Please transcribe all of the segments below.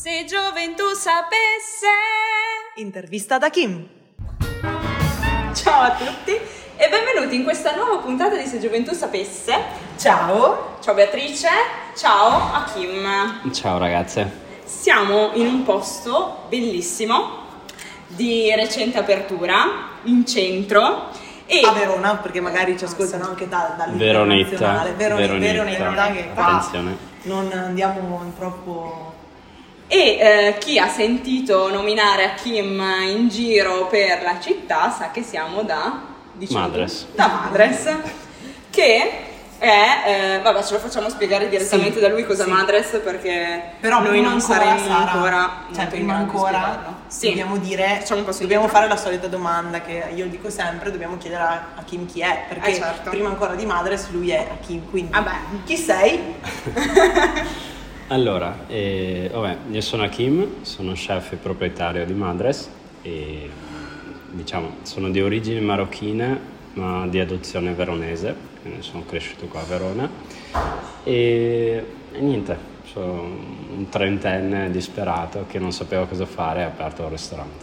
Se gioventù sapesse. Intervista da Kim. Ciao a tutti e benvenuti in questa nuova puntata di Se gioventù sapesse. Ciao. Ciao Beatrice, ciao a Kim. Ciao ragazze. Siamo in un posto bellissimo di recente apertura in centro e a Verona, perché magari ci ascoltano anche Veronetta, Veronetta, che qua attenzione. non andiamo troppo. E chi ha sentito nominare a Kim in giro per la città sa che siamo da Madres. Da Madres, che è vabbè, ce lo facciamo spiegare direttamente da lui cosa sì. Madres, perché però noi non saremo ancora prima ancora sì. Dobbiamo dire, dobbiamo fare la solita domanda che io dico sempre, dobbiamo chiedere a Kim chi è, perché certo. prima ancora di Madres lui è a Kim, quindi chi sei? Allora, io sono Hakim, sono chef e proprietario di Madres e diciamo sono di origini marocchine ma di adozione veronese, quindi sono cresciuto qua a Verona e niente, sono un trentenne disperato che non sapeva cosa fare e ha aperto un ristorante.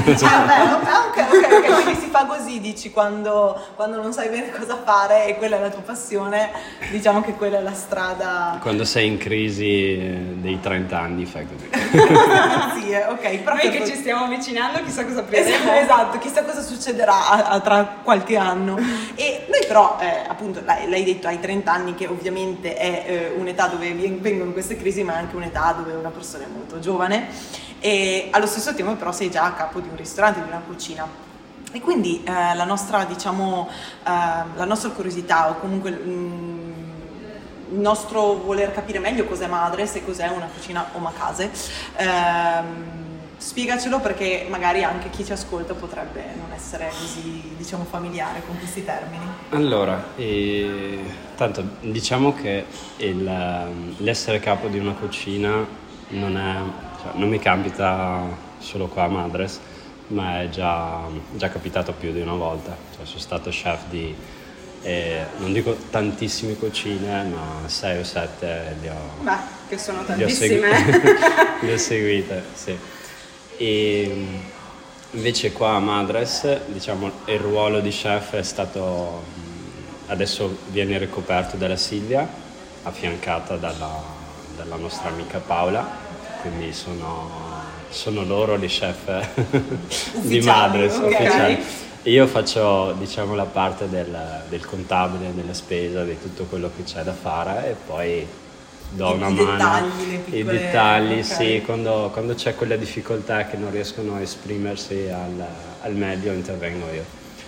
Ok, quindi si fa così, dici, quando non sai bene cosa fare e quella è la tua passione, diciamo che quella è la strada. Quando sei in crisi dei 30 anni fai così. Sì, ok. Noi che ci stiamo avvicinando chissà cosa apriremo. Esatto, chissà cosa succederà tra qualche anno. E noi però, appunto, l'hai detto, hai 30 anni, che ovviamente è un'età dove vengono queste crisi, ma è anche un'età dove una persona è molto giovane e allo stesso tempo però sei già a capo di un ristorante, di una cucina. E quindi la nostra, diciamo, la nostra curiosità, o comunque il nostro voler capire meglio cos'è Madres e cos'è una cucina omakase, spiegacelo, perché magari anche chi ci ascolta potrebbe non essere così, diciamo, familiare con questi termini. Allora, tanto diciamo che l'essere capo di una cucina non mi capita solo qua a Madres, ma è già capitato più di una volta. Sono stato chef di, non dico tantissime cucine, ma 6 o 7 li ho. Beh, che sono tantissime. Li ho seguite, sì. E invece qua a Madres, diciamo, il ruolo di chef è stato, adesso viene ricoperto dalla Silvia, affiancata dalla nostra amica Paola, quindi sono loro gli chef di Madres, okay. ufficiali. Io faccio, diciamo, la parte del contabile, della spesa, di tutto quello che c'è da fare e poi do una mano. I dettagli, okay. Sì, quando c'è quella difficoltà che non riescono a esprimersi al meglio intervengo io.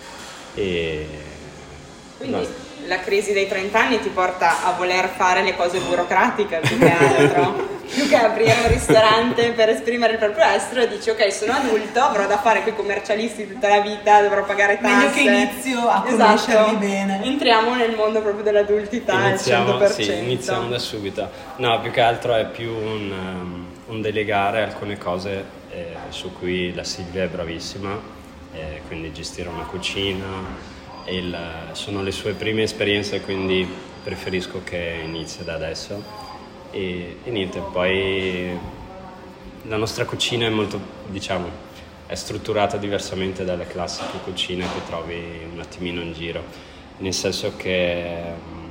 Quindi la crisi dei 30 anni ti porta a voler fare le cose burocratiche più che altro, più che aprire un ristorante per esprimere il proprio estero, e dici ok, sono adulto, avrò da fare con i commercialisti tutta la vita, dovrò pagare tasse. Meglio che inizio a conoscerli bene. Entriamo nel mondo proprio dell'adultità al 100%. Sì, iniziamo da subito. No, più che altro è più un delegare alcune cose su cui la Silvia è bravissima, quindi gestire una cucina. Sono le sue prime esperienze, quindi preferisco che inizi da adesso e niente, poi la nostra cucina è molto, diciamo, è strutturata diversamente dalle classiche cucine che trovi un attimino in giro, nel senso che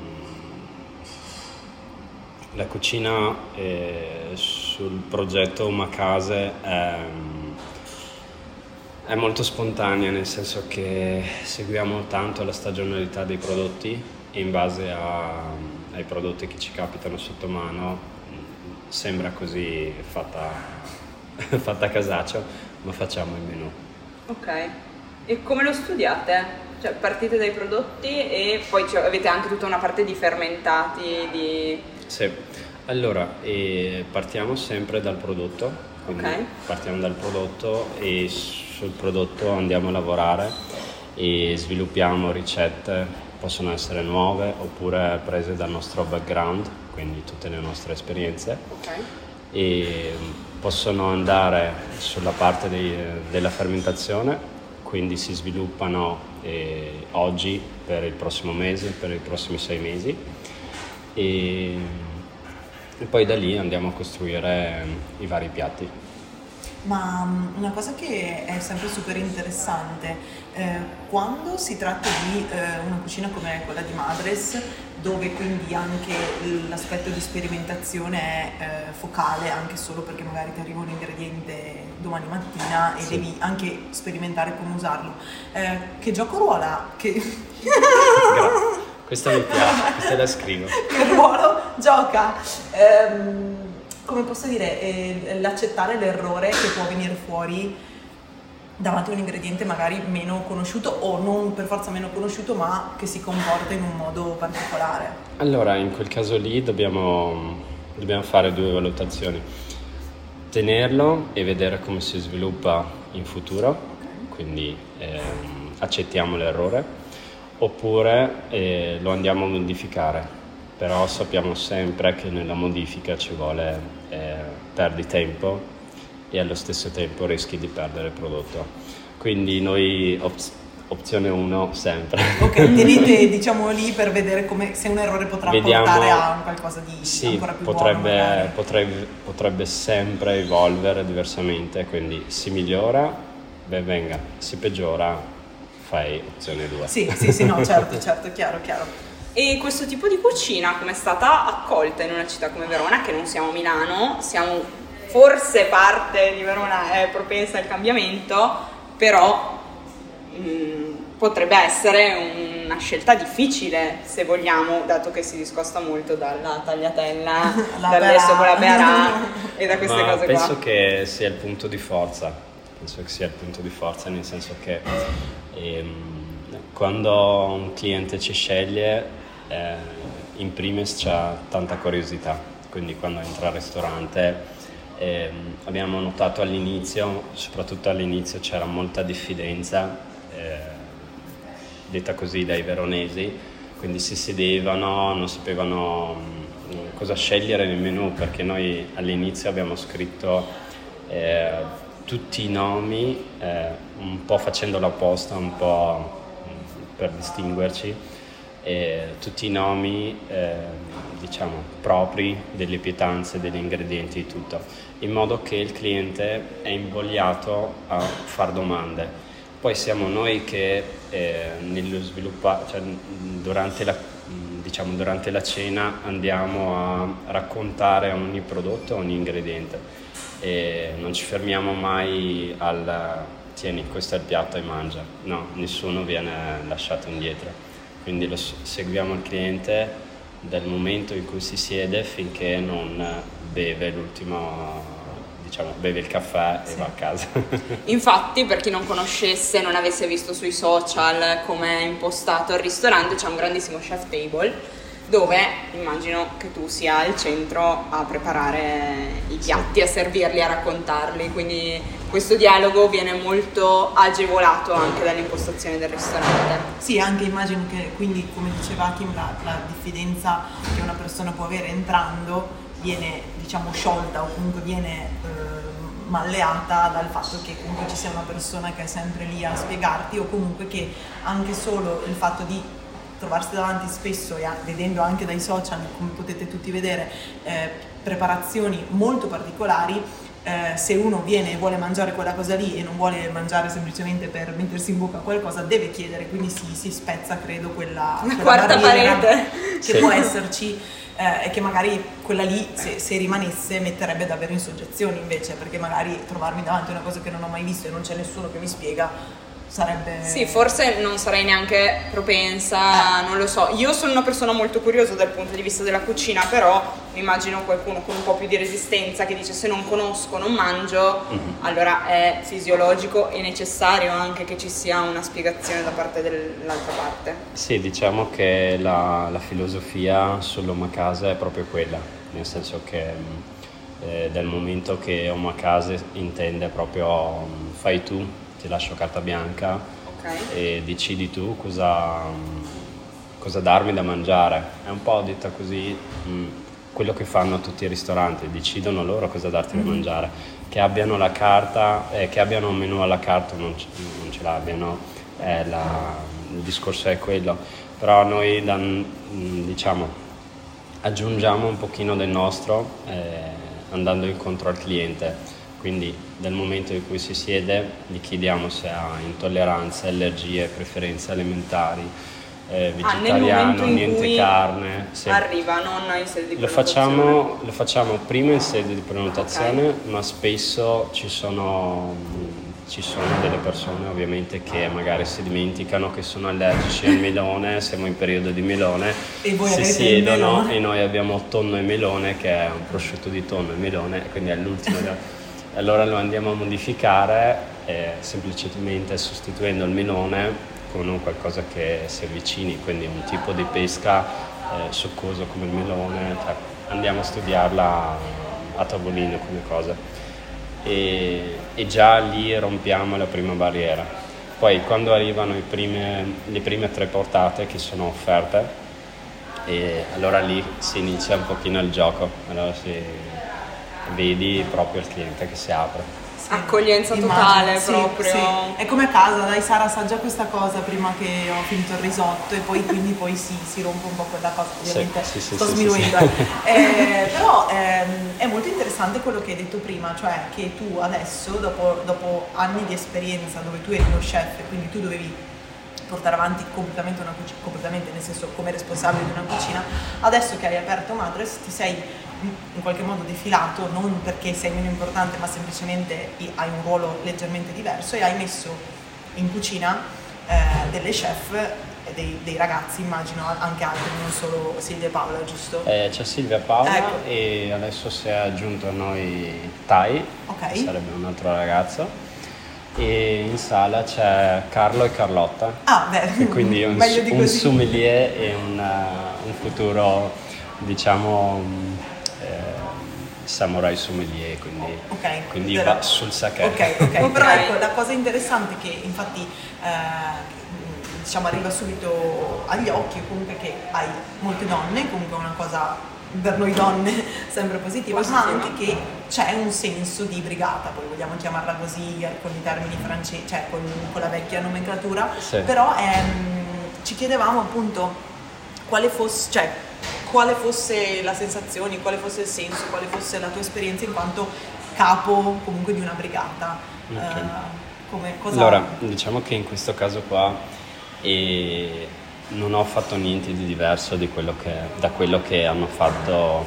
la cucina sul progetto omakase è molto spontanea, nel senso che seguiamo tanto la stagionalità dei prodotti e in base ai prodotti che ci capitano sotto mano sembra così fatta a casaccio, ma facciamo il menù. Ok, e come lo studiate? Cioè partite dai prodotti e poi avete anche tutta una parte di fermentati, Sì, allora partiamo sempre dal prodotto, quindi partiamo dal prodotto e sul prodotto andiamo a lavorare e sviluppiamo ricette, possono essere nuove oppure prese dal nostro background, quindi tutte le nostre esperienze, e possono andare sulla parte della fermentazione, quindi si sviluppano oggi per il prossimo mese, per i prossimi 6 mesi e poi da lì andiamo a costruire i vari piatti. Ma una cosa che è sempre super interessante, quando si tratta di una cucina come quella di Madres, dove quindi anche l'aspetto di sperimentazione è focale, anche solo perché magari ti arriva un ingrediente domani mattina e devi anche sperimentare come usarlo, che gioco ruola? Questa mi piace, questa la scrivo. Che ruolo gioca? Come posso dire, l'accettare l'errore che può venire fuori davanti a un ingrediente magari meno conosciuto o non per forza meno conosciuto, ma che si comporta in un modo particolare. Allora, in quel caso lì dobbiamo fare 2 valutazioni. Tenerlo e vedere come si sviluppa in futuro, quindi accettiamo l'errore, oppure lo andiamo a modificare. Però sappiamo sempre che nella modifica ci vuole, perdi tempo e allo stesso tempo rischi di perdere il prodotto. Quindi noi opzione 1 sempre. Ok, tenete diciamo lì per vedere se un errore potrà portare a un qualcosa di ancora più buono. Potrebbe sempre evolvere diversamente, quindi si migliora, ben venga, si peggiora, fai opzione 2. Sì, no, certo, chiaro. E questo tipo di cucina come è stata accolta in una città come Verona, che non siamo Milano, siamo forse parte di Verona è propensa al cambiamento, però potrebbe essere una scelta difficile se vogliamo, dato che si discosta molto dalla tagliatella, dall'esso con la bearà e da queste cose qua. Penso che sia il punto di forza, nel senso che quando un cliente ci sceglie, in primis c'ha tanta curiosità, quindi quando entra al ristorante abbiamo notato soprattutto all'inizio c'era molta diffidenza, detta così dai veronesi, quindi si sedevano, non sapevano cosa scegliere nel menù, perché noi all'inizio abbiamo scritto tutti i nomi, un po' facendolo apposta, un po' per distinguerci, tutti i nomi diciamo propri delle pietanze, degli ingredienti, di tutto, in modo che il cliente è invogliato a far domande. Poi siamo noi che nello sviluppare, cioè durante la cena andiamo a raccontare ogni prodotto, ogni ingrediente, e non ci fermiamo mai tieni, questo è il piatto e mangia. No, nessuno viene lasciato indietro. Quindi seguiamo il cliente dal momento in cui si siede finché non beve beve il caffè e va a casa. Infatti, per chi non conoscesse, non avesse visto sui social come è impostato il ristorante, c'è un grandissimo chef table dove immagino che tu sia al centro a preparare i piatti, a servirli, a raccontarli, quindi questo dialogo viene molto agevolato anche dall'impostazione del ristorante. Sì, anche immagino che quindi, come diceva Kim, la diffidenza che una persona può avere entrando viene sciolta o comunque viene malleata dal fatto che comunque ci sia una persona che è sempre lì a spiegarti, o comunque che anche solo il fatto di trovarsi davanti spesso, e vedendo anche dai social, come potete tutti vedere, preparazioni molto particolari, se uno viene e vuole mangiare quella cosa lì e non vuole mangiare semplicemente per mettersi in bocca qualcosa, deve chiedere, quindi si spezza, credo, quella quarta parete che può esserci, e che magari quella lì, se rimanesse, metterebbe davvero in soggezione, invece, perché magari trovarmi davanti a una cosa che non ho mai visto e non c'è nessuno che mi spiega sarebbe... Sì, forse non sarei neanche propensa, non lo so. Io sono una persona molto curiosa dal punto di vista della cucina, però mi immagino qualcuno con un po' più di resistenza che dice: se non conosco non mangio. Allora è fisiologico e necessario anche che ci sia una spiegazione da parte dell'altra parte. Sì, diciamo che la filosofia sull'omakase è proprio quella, nel senso che dal momento che omakase intende proprio fai tu, ti lascio carta bianca, okay, e decidi tu cosa darmi da mangiare. È un po' detta così quello che fanno tutti i ristoranti, decidono loro cosa darti da mangiare. Che abbiano la carta, che abbiano un menù alla carta non ce l'abbiano, il discorso è quello. Però noi aggiungiamo un pochino del nostro andando incontro al cliente. Quindi dal momento in cui si siede gli chiediamo se ha intolleranze, allergie, preferenze alimentari, vegetariano, niente carne. Arriva, non in sede di prenotazione. Lo facciamo prima in sede di prenotazione, ma spesso ci sono delle persone ovviamente che magari si dimenticano che sono allergici al melone, siamo in periodo di melone, e voi si siedono e noi abbiamo tonno e melone, che è un prosciutto di tonno e melone, quindi è l'ultimo. Allora lo andiamo a modificare semplicemente sostituendo il melone con un qualcosa che si avvicini, quindi un tipo di pesca succoso come il melone, cioè, andiamo a studiarla a tavolino come cosa e già lì rompiamo la prima barriera. Poi quando arrivano le prime 3 portate che sono offerte, e allora lì si inizia un pochino il gioco, allora vedi proprio il cliente che si apre. Accoglienza totale, sì, proprio. Sì. È come a casa, dai, Sara assaggia questa cosa prima che ho finito il risotto, e poi quindi si rompe un po' quella cosa, ovviamente sto sminuendo. Però è molto interessante quello che hai detto prima, cioè che tu adesso, dopo anni di esperienza dove tu eri uno chef e quindi tu dovevi portare avanti completamente una cucina, completamente nel senso come responsabile di una cucina, adesso che hai aperto Madres ti sei in qualche modo defilato, non perché sei meno importante ma semplicemente hai un ruolo leggermente diverso, e hai messo in cucina delle chef, dei ragazzi, immagino anche altri, non solo Silvia e Paola, giusto? C'è Silvia e Paola, ecco. E adesso si è aggiunto a noi Tai, okay, che sarebbe un altro ragazzo, e in sala c'è Carlo e Carlotta, e quindi un sommelier e un futuro, diciamo, samurai sommelier, quindi va sul sake. Ok. Però ecco, la cosa interessante che infatti diciamo arriva subito agli occhi è comunque che hai molte donne, comunque è una cosa per noi donne sempre positiva, ma anche che c'è un senso di brigata, poi vogliamo chiamarla così con i termini francesi, cioè con la vecchia nomenclatura, sì. Però ci chiedevamo appunto quale fosse la sensazione, quale fosse il senso, quale fosse la tua esperienza in quanto capo comunque di una brigata. Okay. Allora, diciamo che in questo caso qua non ho fatto niente di diverso da quello che hanno fatto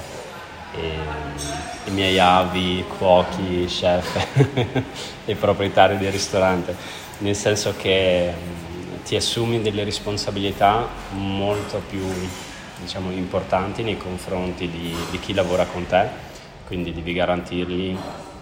i miei avi, cuochi, chef e proprietari del ristorante, nel senso che ti assumi delle responsabilità molto più, diciamo, importanti nei confronti di chi lavora con te, quindi devi garantirgli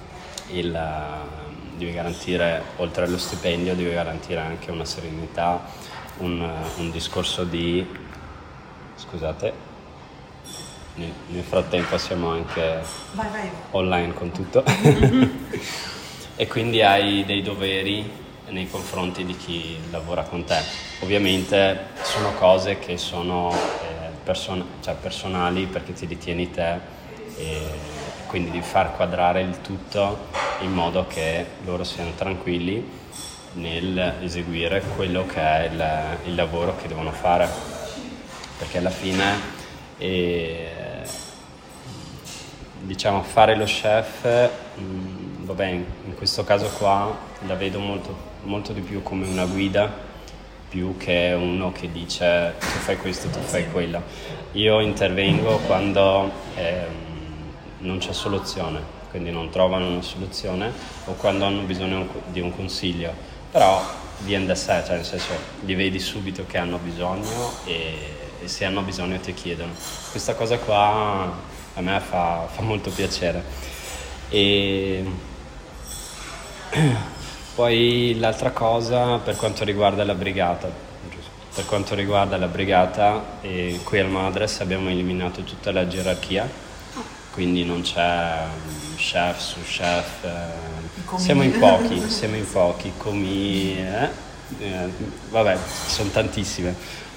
devi garantire, oltre allo stipendio, devi garantire anche una serenità, un discorso di... Scusate, nel frattempo siamo anche online con tutto. E quindi hai dei doveri nei confronti di chi lavora con te. Ovviamente sono cose che sono personali, perché ti ritieni te, e quindi devi far quadrare il tutto in modo che loro siano tranquilli nel eseguire quello che è il lavoro che devono fare, perché alla fine diciamo fare lo chef, vabbè, in questo caso qua la vedo molto di più come una guida, più che uno che dice tu fai questo, tu fai quello. Io intervengo quando non c'è soluzione, quindi non trovano una soluzione, o quando hanno bisogno di un consiglio, però viene da sé, cioè nel senso li vedi subito che hanno bisogno e se hanno bisogno ti chiedono. Questa cosa qua a me fa molto piacere. E poi l'altra cosa per quanto riguarda la brigata, qui al Madres abbiamo eliminato tutta la gerarchia, quindi non c'è chef su chef, siamo in pochi, vabbè, sono tantissime,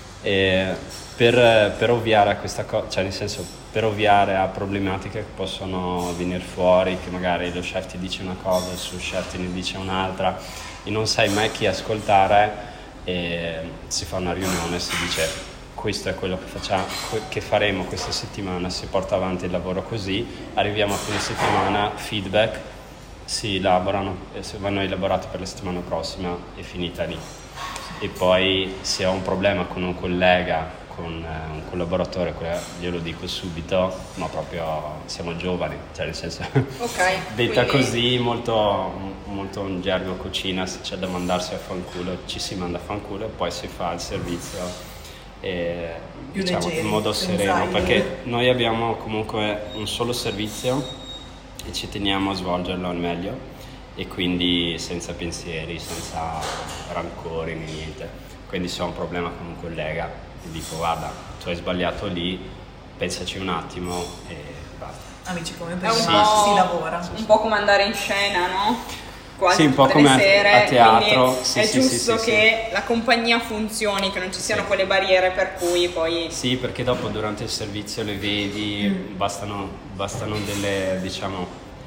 per ovviare a questa cosa, cioè nel senso per ovviare a problematiche che possono venire fuori, che magari lo chef ti dice una cosa, il suo chef ti ne dice un'altra e non sai mai chi ascoltare, e si fa una riunione e si dice questo è quello che faremo questa settimana, si porta avanti il lavoro così, arriviamo a fine settimana, feedback, si elaborano, se vanno elaborati per la settimana prossima, è finita lì. E poi se ho un problema con un collega, con un collaboratore, glielo dico subito, ma proprio siamo giovani, cioè nel senso, detta così, molto in gergo cucina, se c'è da mandarsi a fanculo ci si manda a fanculo e poi si fa il servizio diciamo in modo sereno, perché noi abbiamo comunque un solo servizio e ci teniamo a svolgerlo al meglio e quindi senza pensieri, senza rancori, niente. Quindi se ho un problema con un collega gli dico guarda, tu hai sbagliato lì, pensaci un attimo e basta. Amici come prima, si lavora. Un po' come andare in scena, no? Quasi sì, un po' come sere, a teatro. Sì, è giusto che la compagnia funzioni, che non ci siano quelle barriere per cui poi... Sì, perché dopo durante il servizio le vedi, bastano delle, diciamo,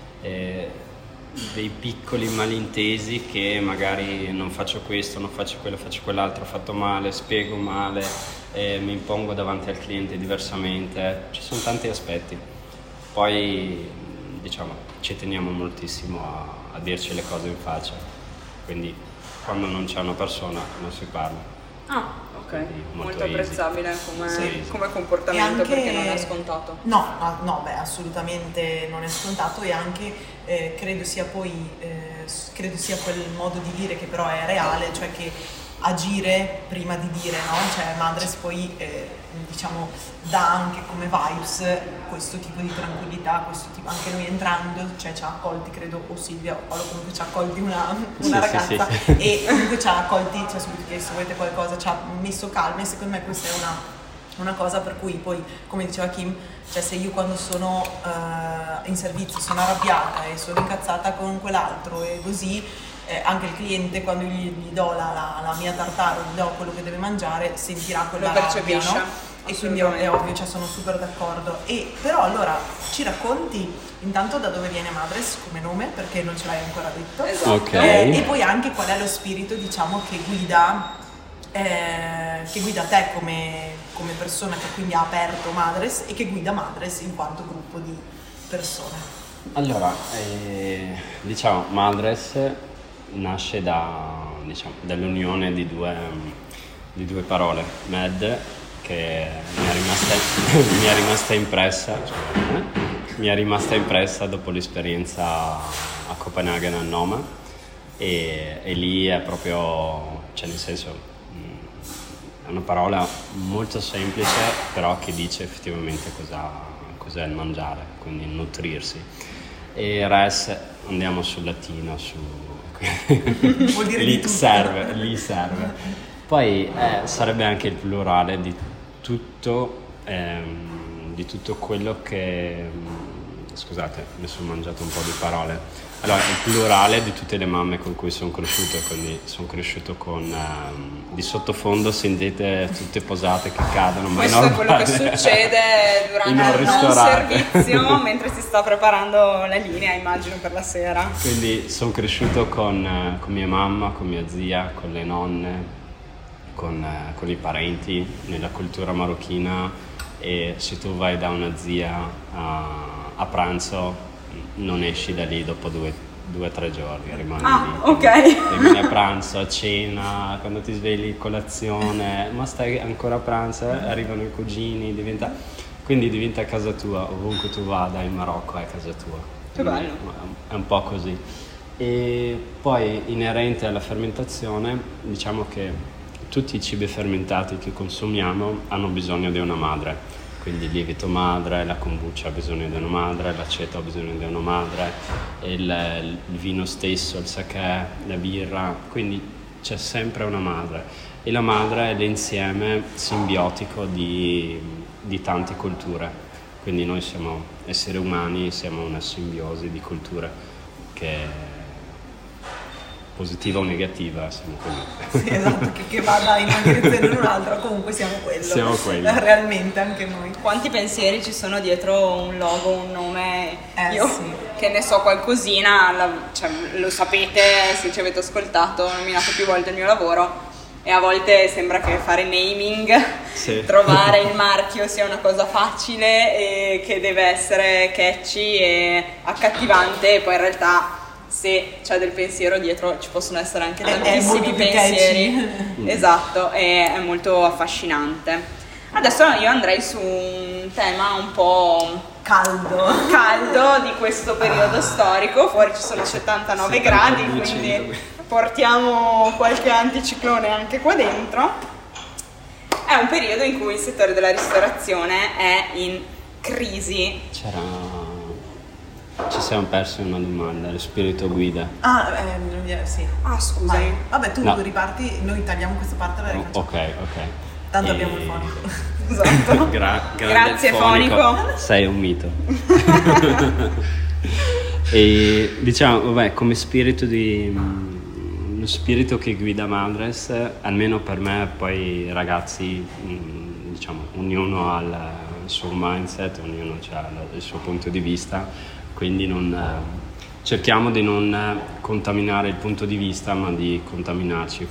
dei piccoli malintesi che magari non faccio questo, non faccio quello, faccio quell'altro, ho fatto male, spiego male, mi impongo davanti al cliente diversamente, ci sono tanti aspetti. Poi diciamo ci teniamo moltissimo a dirci le cose in faccia, quindi quando non c'è una persona non si parla. Ah, ok, molto apprezzabile come anche... comportamento, perché non è scontato. No, assolutamente non è scontato e anche credo sia quel modo di dire che però è reale, cioè che agire prima di dire, no? Cioè Madres poi diciamo dà anche come vibes questo tipo di tranquillità, questo tipo, anche noi entrando, cioè ci ha accolti, credo, o Silvia o Paolo, comunque ci ha accolti una ragazza e comunque ci ha accolti, ci ha subito chiesto se volete qualcosa, ci ha messo calma e secondo me questa è una cosa per cui poi, come diceva Kim, cioè se io quando sono in servizio sono arrabbiata e sono incazzata con quell'altro e così, anche il cliente quando gli do la mia tartare, gli do quello che deve mangiare, sentirà quella rabbia, no? E quindi è ovvio, cioè sono super d'accordo. E però allora ci racconti intanto da dove viene Madres come nome, perché non ce l'hai ancora detto. Esatto. Okay. E poi anche qual è lo spirito, diciamo, che guida te come persona che quindi ha aperto Madres e che guida Madres in quanto gruppo di persone. Allora, diciamo Madres nasce dall'unione di due parole, Med, che mi è rimasta impressa dopo l'esperienza a Copenaghen al Noma e lì è proprio, cioè nel senso, è una parola molto semplice però che dice effettivamente cos'è il mangiare, quindi nutrirsi. E res andiamo sul latino, vuol dire lì serve. Poi sarebbe anche il plurale di tutto quello che... Scusate, mi sono mangiato un po' di parole. Allora, il plurale di tutte le mamme con cui sono cresciuto, quindi sono cresciuto con... di sottofondo sentite tutte posate che cadono, ma questo è quello che succede durante il non servizio, mentre si sta preparando la linea, immagino, per la sera. Quindi sono cresciuto con mia mamma, con mia zia, con le nonne, con i parenti, nella cultura marocchina, e se tu vai da una zia a pranzo non esci da lì dopo 2 o 3 giorni, rimani lì. Ok. Rimani a pranzo, a cena, quando ti svegli colazione, ma stai ancora a pranzo, arrivano i cugini, quindi diventa casa tua, ovunque tu vada in Marocco è casa tua. Che bello. È un po' così. E poi inerente alla fermentazione, diciamo che tutti i cibi fermentati che consumiamo hanno bisogno di una madre. Quindi il lievito madre, la kombucha ha bisogno di una madre, l'aceto ha bisogno di una madre, il vino stesso, il sakè, la birra, quindi c'è sempre una madre. E la madre è l'insieme simbiotico di tante culture. Quindi noi siamo esseri umani, siamo una simbiosi di culture che... positiva o negativa, siamo quelli. Sì, esatto, che vada in una direzione o in un'altra, comunque siamo quello. Siamo quelli. Realmente anche noi. Quanti pensieri ci sono dietro un logo, un nome? Io sì. Che ne so qualcosina, cioè, lo sapete se ci avete ascoltato, ho nominato più volte il mio lavoro, e a volte sembra che fare naming, Sì. trovare il marchio sia una cosa facile e che deve essere catchy e accattivante, e poi in realtà se c'è del pensiero dietro ci possono essere anche È tantissimi molto più pensieri. catchy. Esatto, è molto affascinante. Adesso io andrei su un tema un po' caldo di questo periodo storico. Fuori ci sono 79 gradi, 75. quindi portiamo qualche anticiclone anche qua dentro. È un periodo in cui il settore della ristorazione è in crisi. Ci siamo persi una domanda, lo spirito guida. Sì. Ah, scusami. Vai. Vabbè, tu No. riparti, noi tagliamo questa parte e la rifacciamo. Ok. Tanto abbiamo il fonico. Esatto. Grande Grazie, fonico. Sei un mito. E diciamo, vabbè, come lo spirito che guida Madres, almeno per me, poi ragazzi, diciamo, ognuno ha il suo mindset, ognuno ha il suo punto di vista, quindi cerchiamo di non contaminare il punto di vista, ma di contaminarci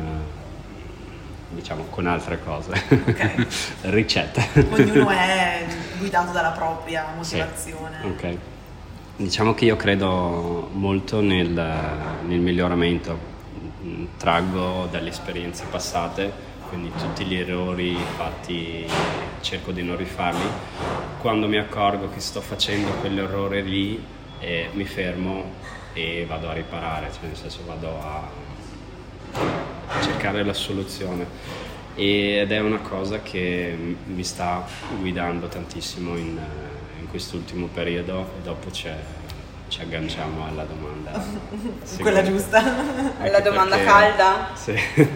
con altre cose. Ok. Ricette. Ognuno è guidato dalla propria Sì, motivazione. ok. Diciamo che io credo molto nel miglioramento. Traggo dalle esperienze passate, quindi tutti gli errori fatti cerco di non rifarli. Quando mi accorgo che sto facendo quell'errore lì, mi fermo e vado a riparare, cioè nel senso vado a cercare la soluzione, ed è una cosa che mi sta guidando tantissimo in quest'ultimo periodo, e dopo ci agganciamo alla domanda. Quella giusta. La domanda calda? Sì.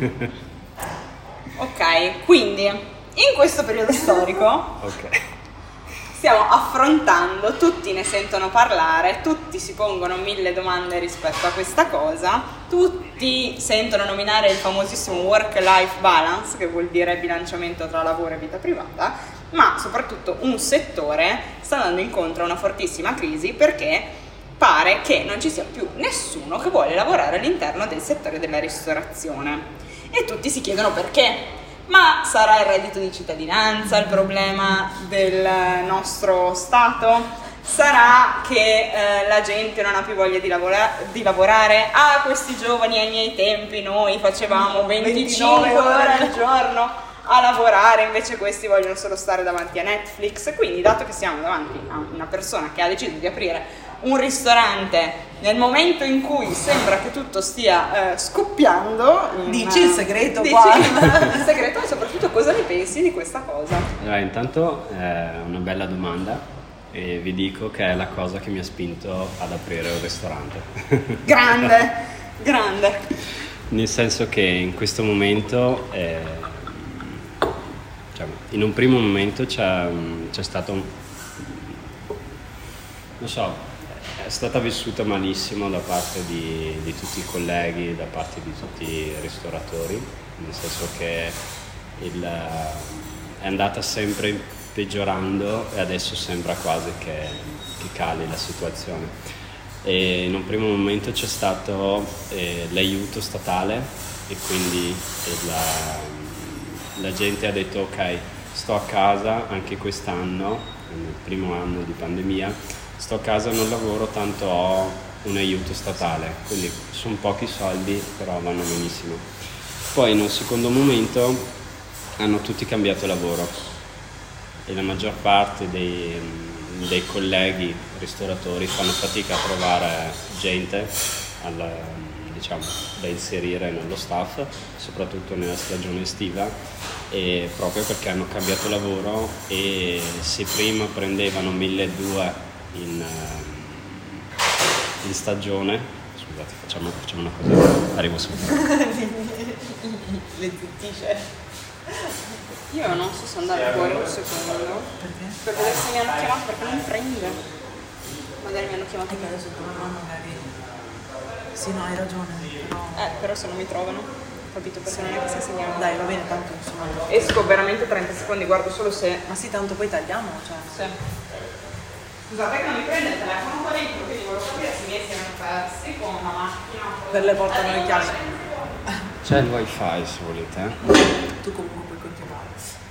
Ok, quindi in questo periodo storico Ok. stiamo affrontando, tutti ne sentono parlare, tutti si pongono 1000 domande rispetto a questa cosa, tutti sentono nominare il famosissimo work-life balance, che vuol dire bilanciamento tra lavoro e vita privata, ma soprattutto un settore sta andando incontro a una fortissima crisi perché pare che non ci sia più nessuno che vuole lavorare all'interno del settore della ristorazione. E tutti si chiedono perché. Ma sarà il reddito di cittadinanza il problema del nostro Stato? Sarà che la gente non ha più voglia di lavorare? Ah, questi giovani ai miei tempi noi facevamo 25 ore al giorno a lavorare, invece questi vogliono solo stare davanti a Netflix. Quindi, dato che siamo davanti a una persona che ha deciso di aprire un ristorante nel momento in cui sembra che tutto stia scoppiando, Dici il segreto dici qua. il segreto, e soprattutto cosa ne pensi di questa cosa? Allora, intanto è una bella domanda, e vi dico che è la cosa che mi ha spinto ad aprire un ristorante. Grande, grande. Nel senso che in questo momento, in un primo momento c'è stato non so, è stata vissuta malissimo da parte di tutti i colleghi, da parte di tutti i ristoratori, nel senso che è andata sempre peggiorando e adesso sembra quasi che cali la situazione. E in un primo momento c'è stato l'aiuto statale, e quindi la gente ha detto ok, sto a casa anche quest'anno, nel primo anno di pandemia, sto a casa, non lavoro, tanto ho un aiuto statale, quindi sono pochi soldi, però vanno benissimo. Poi in un secondo momento hanno tutti cambiato lavoro e la maggior parte dei colleghi ristoratori fanno fatica a trovare gente da inserire nello staff, soprattutto nella stagione estiva, e proprio perché hanno cambiato lavoro, e se prima prendevano 1.200 in stagione, scusate, facciamo una cosa, arrivo subito. Le zittisce. Io non so se andare fuori un secondo. Perché? Per vedere se mi hanno chiamato, perché non prende. Magari mi hanno chiamato. Perché adesso tornerò magari. Sì, no, hai ragione. Però se non mi trovano, capito, perché non è che si segnala. Dai, va bene, tanto insomma. Esco veramente 30 secondi, guardo solo se. Ma sì, tanto poi tagliamo, cioè. Sì. Scusate che non mi prende il telefono qua dentro, quindi volevo capire se mi siano persi con la macchina. Per le portano le chiavi. C'è il wifi se volete. Tu comunque puoi continuare.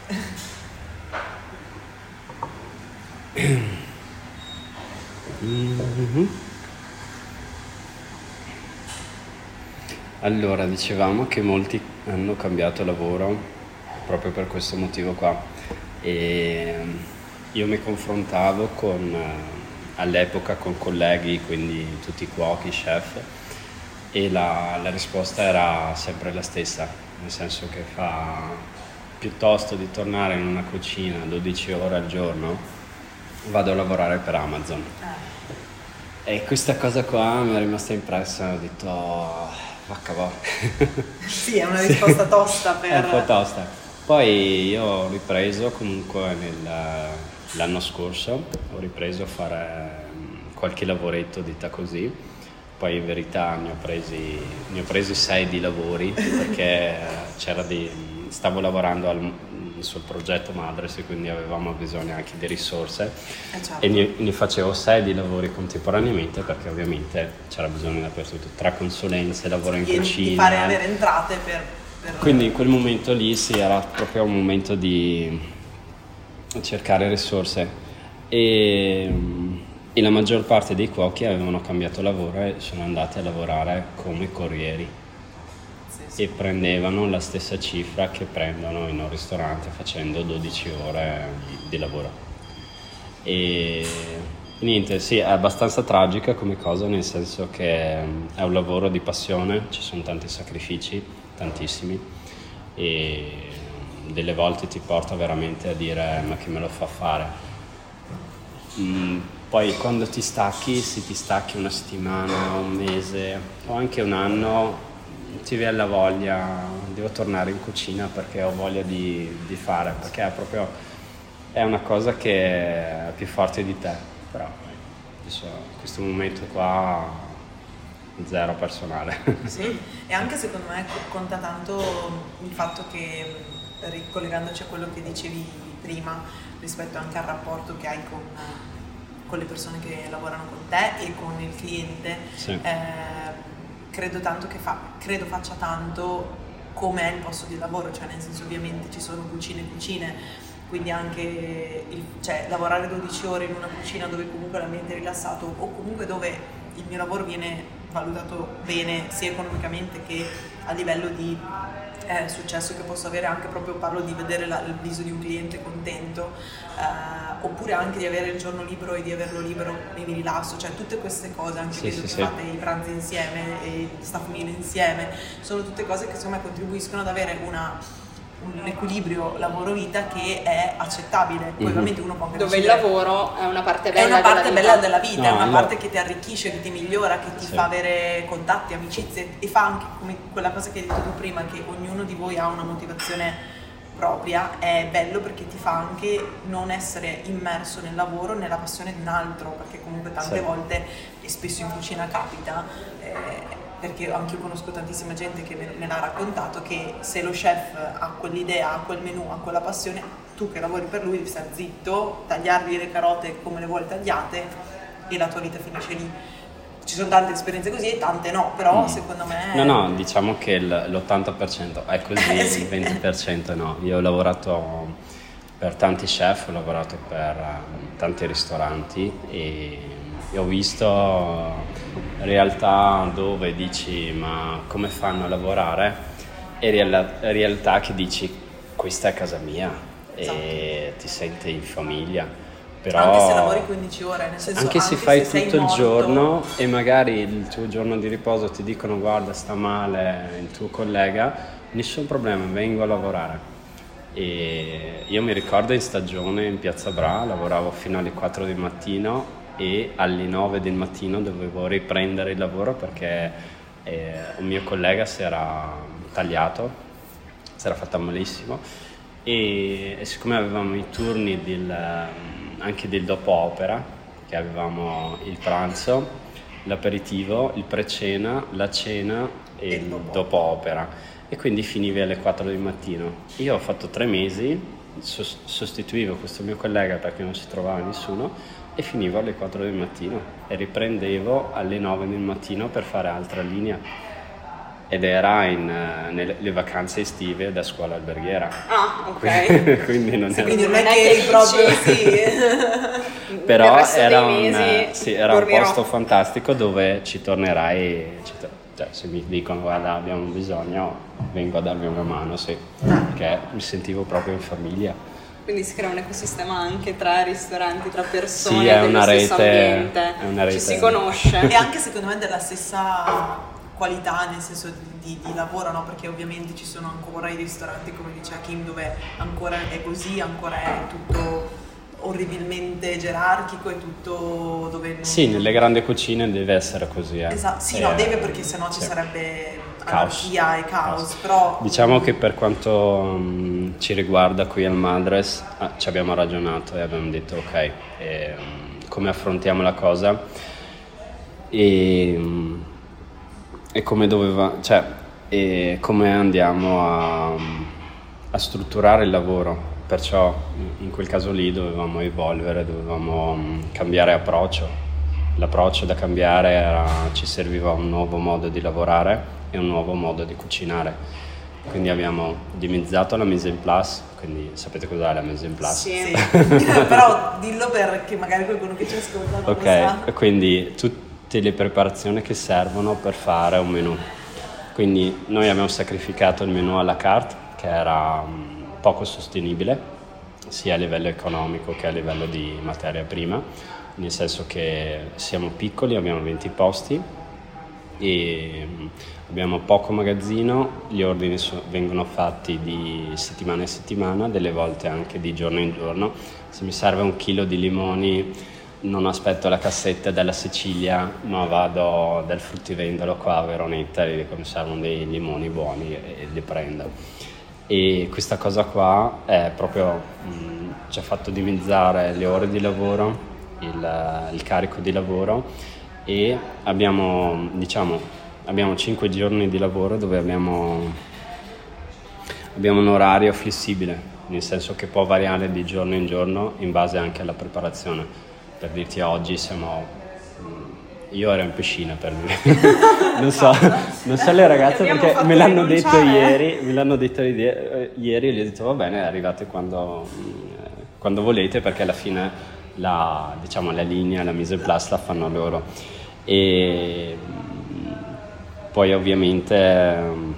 Allora, dicevamo che molti hanno cambiato lavoro proprio per questo motivo qua, e io mi confrontavo all'epoca con colleghi, quindi tutti cuochi, chef, e la risposta era sempre la stessa, nel senso che piuttosto di tornare in una cucina 12 ore al giorno, vado a lavorare per Amazon. E questa cosa qua mi è rimasta impressa, ho detto vacca va. Sì, è una risposta tosta per... È un po' tosta. Poi io ho ripreso comunque l'anno scorso, ho ripreso a fare qualche lavoretto, detta così. Poi in verità ne ho presi 6 di lavori, perché stavo lavorando sul progetto Madres, e quindi avevamo bisogno anche di risorse, certo. E ne facevo 6 di lavori contemporaneamente, perché ovviamente c'era bisogno dappertutto, tra consulenze, lavoro in cucina, di fare avere entrate per... Quindi in quel momento lì era proprio un momento di cercare risorse, e la maggior parte dei cuochi avevano cambiato lavoro e sono andati a lavorare come corrieri. E prendevano la stessa cifra che prendono in un ristorante facendo 12 ore di lavoro. E niente, sì, è abbastanza tragica come cosa, nel senso che è un lavoro di passione, ci sono tanti sacrifici, tantissimi, e delle volte ti porta veramente a dire ma chi me lo fa fare? Poi quando ti stacchi, se ti stacchi una settimana, un mese o anche un anno, ti viene la voglia, devo tornare in cucina perché ho voglia di fare, perché è una cosa che è più forte di te. Però adesso, in questo momento qua, zero personale. Sì, e anche secondo me conta tanto il fatto che, ricollegandoci a quello che dicevi prima, rispetto anche al rapporto che hai con le persone che lavorano con te e con il cliente, Sì. Credo faccia tanto come è il posto di lavoro, cioè nel senso, ovviamente ci sono cucine, quindi anche lavorare 12 ore in una cucina dove comunque l'ambiente è rilassato, o comunque dove il mio lavoro viene valutato bene sia economicamente che a livello di successo che posso avere, anche proprio parlo di vedere il viso di un cliente contento, oppure anche di avere il giorno libero e di averlo libero e mi rilasso, cioè tutte queste cose, anche che fate i pranzi insieme e il staff meal insieme, sono tutte cose che secondo me contribuiscono ad avere un equilibrio lavoro-vita che è accettabile. Poi ovviamente uno può anche dove il lavoro è una parte bella, della vita, no, è una parte che ti arricchisce, che ti migliora, che ti fa avere contatti, amicizie, e fa anche come quella cosa che hai detto tu prima, che ognuno di voi ha una motivazione propria. È bello perché ti fa anche non essere immerso nel lavoro, nella passione di un altro, perché comunque tante volte, e spesso in cucina capita, perché anche io conosco tantissima gente che me l'ha raccontato, che se lo chef ha quell'idea, ha quel menù, ha quella passione, tu che lavori per lui devi stare zitto, tagliargli le carote come le vuoi tagliate, e la tua vita finisce lì. Ci sono tante esperienze così e tante no, però secondo me... No, diciamo che l'80% è così, sì. Il 20% no. Io ho lavorato per tanti chef, ho lavorato per tanti ristoranti, e ho visto realtà dove dici ma come fanno a lavorare, e realtà che dici questa è casa mia, e ti senti in famiglia. Però anche se lavori 15 ore, nel senso, anche se fai tutto il giorno e magari il tuo giorno di riposo ti dicono guarda sta male il tuo collega, nessun problema, vengo a lavorare. E io mi ricordo in stagione in Piazza Bra lavoravo fino alle 4 del mattino, e alle 9 del mattino dovevo riprendere il lavoro perché un mio collega si era tagliato, si era fatto malissimo, e siccome avevamo i turni anche del dopo opera, che avevamo il pranzo, l'aperitivo, il pre-cena, la cena e il dopo opera, e quindi finivi alle 4 del mattino. Io ho fatto 3 mesi, sostituivo questo mio collega perché non si trovava nessuno, e finivo alle 4 del mattino e riprendevo alle 9 del mattino per fare altra linea. ed era nelle vacanze estive da scuola alberghiera. Ah, ok. Quindi non era... Quindi non è che eri proprio sì. Però era un posto fantastico dove ci tornerai, cioè, se mi dicono guarda abbiamo bisogno, vengo a darvi una mano, sì, perché mi sentivo proprio in famiglia. Quindi si crea un ecosistema anche tra ristoranti, tra persone, Sì, è dello una stesso rete, ambiente, è una rete. ci si conosce. E anche secondo me della stessa qualità, nel senso di lavoro, no? Perché ovviamente ci sono ancora i ristoranti, come diceva Kim, dove ancora è così, ancora è tutto orribilmente gerarchico, è tutto dove... Sì, nelle grandi cucine deve essere così. Esatto, sì, no, deve, perché sennò ci sarebbe anarchia e caos, però... Diciamo che per quanto ci riguarda qui al Madres, ci abbiamo ragionato e abbiamo detto ok, come affrontiamo la cosa e come e come andiamo a strutturare il lavoro. Perciò in quel caso lì dovevamo evolvere, dovevamo cambiare approccio. L'approccio da cambiare ci serviva un nuovo modo di lavorare e un nuovo modo di cucinare. Quindi abbiamo dimezzato la mise en place, quindi sapete cos'è la mise en place? Sì. Però dillo perché magari qualcuno che ci ascolta non lo sa. Ok, quindi tutte le preparazioni che servono per fare un menù. Quindi noi abbiamo sacrificato il menù à la carte, che era poco sostenibile sia a livello economico che a livello di materia prima, nel senso che siamo piccoli, abbiamo 20 posti e abbiamo poco magazzino, gli ordini vengono fatti di settimana in settimana, delle volte anche di giorno in giorno. Se mi serve 1 chilo di limoni non aspetto la cassetta della Sicilia, ma vado dal fruttivendolo qua a Veronetta e dico mi servono dei limoni buoni e li prendo. E questa cosa qua è proprio ci ha fatto dimezzare le ore di lavoro, il carico di lavoro, e abbiamo 5 giorni di lavoro dove abbiamo un orario flessibile, nel senso che può variare di giorno in giorno in base anche alla preparazione. Per dirti, oggi io ero in piscina, per dire. non so le ragazze perché me l'hanno detto ieri, e gli ho detto va bene, arrivate quando volete, perché alla fine la linea, la mise en place la fanno loro. E poi ovviamente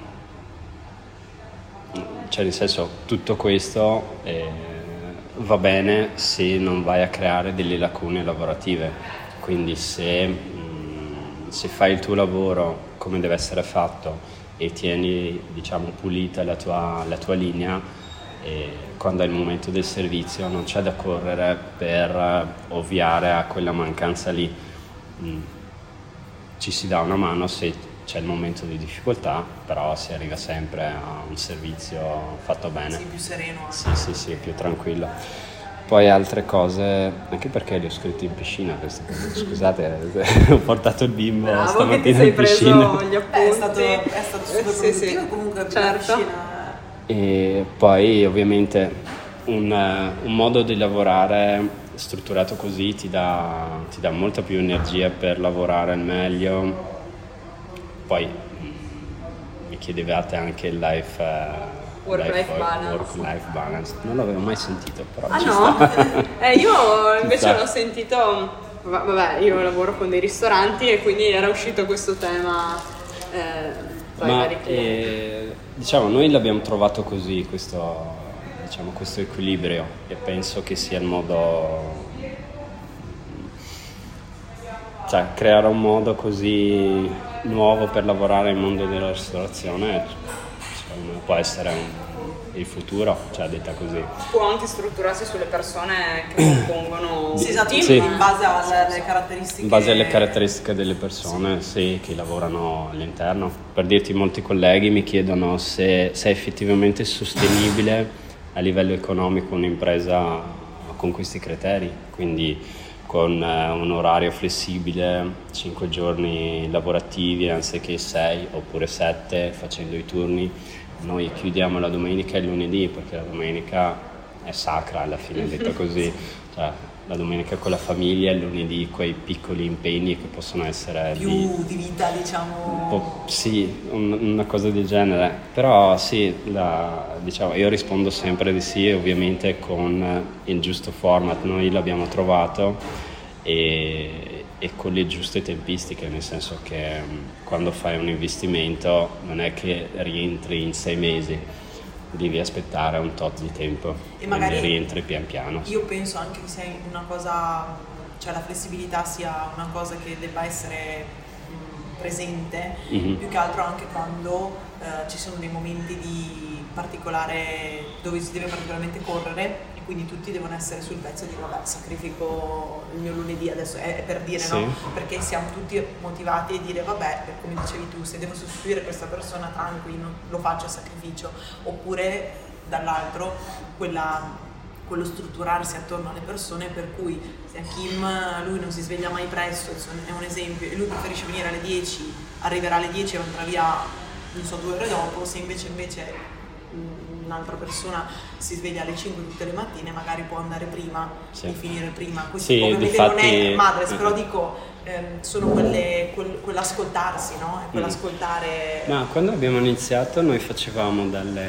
cioè nel senso, tutto questo va bene se non vai a creare delle lacune lavorative. Quindi se fai il tuo lavoro come deve essere fatto e tieni pulita la tua linea, e quando è il momento del servizio non c'è da correre per ovviare a quella mancanza lì. Ci si dà una mano se c'è il momento di difficoltà, però si arriva sempre a un servizio fatto bene. Sì, più sereno. Sì, più tranquillo. Poi altre cose, anche perché le ho scritte in piscina queste cose. Scusate, ho portato il bimbo stamattina in piscina. Bravo che ti sei preso gli appunti. È stato super produttivo, comunque per la piscina. E poi ovviamente un modo di lavorare strutturato così ti dà molta più energia per lavorare al meglio. Poi mi chiedevate anche il work-life balance. Non l'avevo mai sentito, però io invece l'ho sentito. Vabbè, io lavoro con dei ristoranti e quindi era uscito questo tema tra i vari clienti. Noi l'abbiamo trovato così questo equilibrio, e penso che sia il modo, creare un modo così nuovo per lavorare nel mondo della ristorazione può essere il futuro, detta così. Può anche strutturarsi sulle persone che compongono esatto, in base alle caratteristiche. In base alle caratteristiche delle persone, che lavorano all'interno. Per dirti, molti colleghi mi chiedono se è effettivamente sostenibile a livello economico un'impresa con questi criteri, quindi con un orario flessibile, 5 giorni lavorativi anziché 6 oppure 7, facendo i turni. Noi chiudiamo la domenica e il lunedì, perché la domenica è sacra alla fine, detto così. la domenica con la famiglia, il lunedì quei piccoli impegni che possono essere più di vita, diciamo. Sì, una cosa del genere. Però sì, diciamo, io rispondo sempre di sì, ovviamente con il giusto format. Noi l'abbiamo trovato e con le giuste tempistiche, nel senso che quando fai un investimento non è che rientri in 6 mesi, devi aspettare un tot di tempo e magari rientri pian piano. Io penso anche che sia una cosa, cioè la flessibilità sia una cosa che debba essere presente, più che altro anche quando ci sono dei momenti di particolare, dove si deve particolarmente correre e quindi tutti devono essere sul pezzo e dire vabbè, sacrifico il mio lunedì, adesso è per dire, sì. no? Perché siamo tutti motivati a dire vabbè, come dicevi tu, se devo sostituire questa persona tranquillo, lo faccio a sacrificio, oppure dall'altro quello strutturarsi attorno alle persone, per cui se a Kim lui non si sveglia mai presto, è un esempio, e lui preferisce venire alle 10, arriverà alle 10 e andrà via non so 2 ore dopo, se invece un'altra persona si sveglia alle 5 tutte le mattine, magari può andare prima e finire prima. Questo ovviamente difatti, non è madres, però dico sono quell'ascoltarsi, no? È quell'ascoltare. Ma quando abbiamo iniziato noi facevamo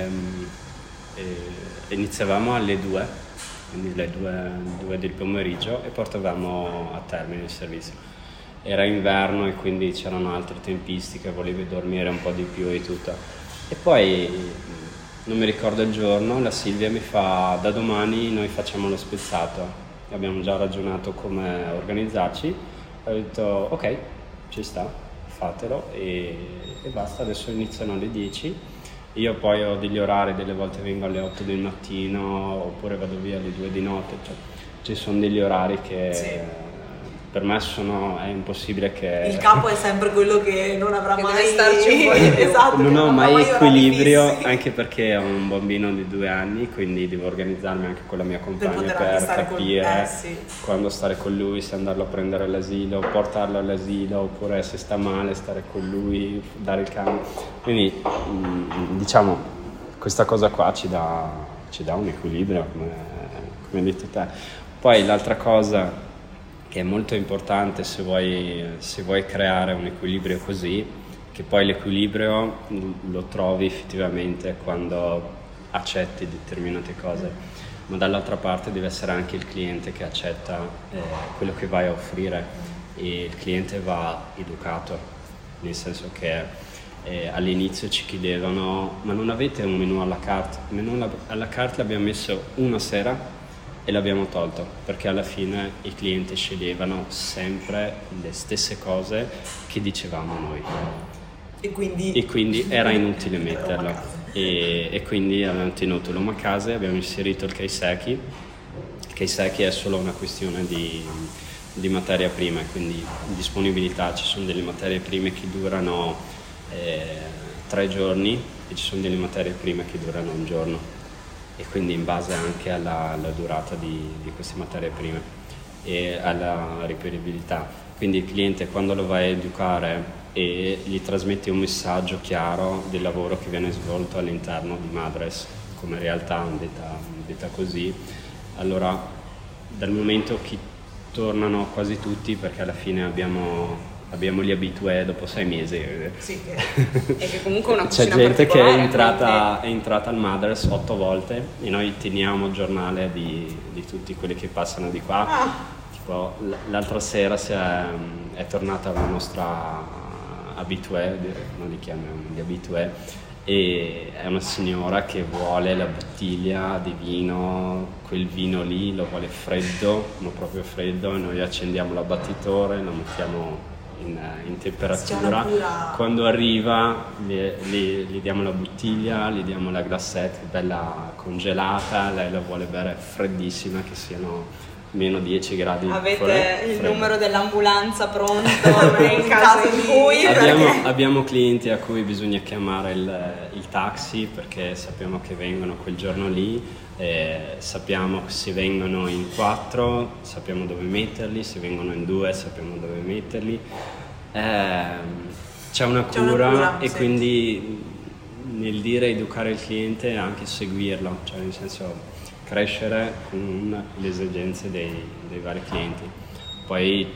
iniziavamo alle 2, quindi le 2 del pomeriggio, e portavamo a termine il servizio. Era inverno e quindi c'erano altre tempistiche, volevi dormire un po' di più e tutto. E poi, non mi ricordo il giorno, la Silvia mi fa: da domani noi facciamo lo spezzato. Abbiamo già ragionato come organizzarci. Ho detto ok, ci sta, fatelo e basta. Adesso iniziano alle 10. Io poi ho degli orari, delle volte vengo alle 8 del mattino oppure vado via alle 2 di notte, cioè ci sono degli orari che per me è impossibile che... Il capo è sempre quello che non avrà che mai... deve starci un po' di più. Esatto, non ho mai equilibrio, fissi. anche perché ho un bambino di 2 anni, quindi devo organizzarmi anche con la mia compagna per capire quando stare con lui, se andarlo a prendere all'asilo, portarlo all'asilo, oppure se sta male stare con lui, dare il cambio. Quindi diciamo questa cosa qua ci dà un equilibrio, come hai detto te. Poi l'altra cosa che è molto importante se vuoi creare un equilibrio così, che poi l'equilibrio lo trovi effettivamente quando accetti determinate cose, ma dall'altra parte deve essere anche il cliente che accetta quello che vai a offrire, e il cliente va educato, nel senso che all'inizio ci chiedevano: ma non avete un menù alla carte? Il menù alla carte l'abbiamo messo una sera e l'abbiamo tolto, perché alla fine i clienti sceglievano sempre le stesse cose che dicevamo noi e quindi era inutile metterlo, e quindi abbiamo tenuto l'omakase, abbiamo inserito il kaiseki. Il kaiseki è solo una questione di materia prima, quindi disponibilità. Ci sono delle materie prime che durano 3 giorni e ci sono delle materie prime che durano un giorno, e quindi in base anche alla durata di queste materie prime e alla riperibilità. Quindi il cliente, quando lo vai a educare e gli trasmetti un messaggio chiaro del lavoro che viene svolto all'interno di Madres come realtà, detta così, allora dal momento che tornano quasi tutti, perché alla fine abbiamo gli abitué dopo 6 mesi. Sì, e che comunque una c'è cucina gente che è particolare, entrata al Madres 8 volte e noi teniamo il giornale di tutti quelli che passano di qua. Tipo l'altra sera è tornata la nostra abitué, non li chiamiamo gli abitué, e è una signora che vuole la bottiglia di vino, quel vino lì lo vuole freddo, non proprio freddo, e noi accendiamo l'abbattitore, lo mettiamo in temperatura. Quando arriva gli diamo la bottiglia, gli diamo la glassette bella congelata, lei la vuole bere freddissima, che siano meno 10 gradi. Avete il numero dell'ambulanza pronto in caso in cui abbiamo clienti a cui bisogna chiamare il taxi, perché sappiamo che vengono quel giorno lì, sappiamo che se vengono in 4 sappiamo dove metterli, se vengono in 2 sappiamo dove metterli. C'è una cura, e quindi nel dire educare il cliente è anche seguirlo, cioè nel senso crescere con le esigenze dei vari clienti. Poi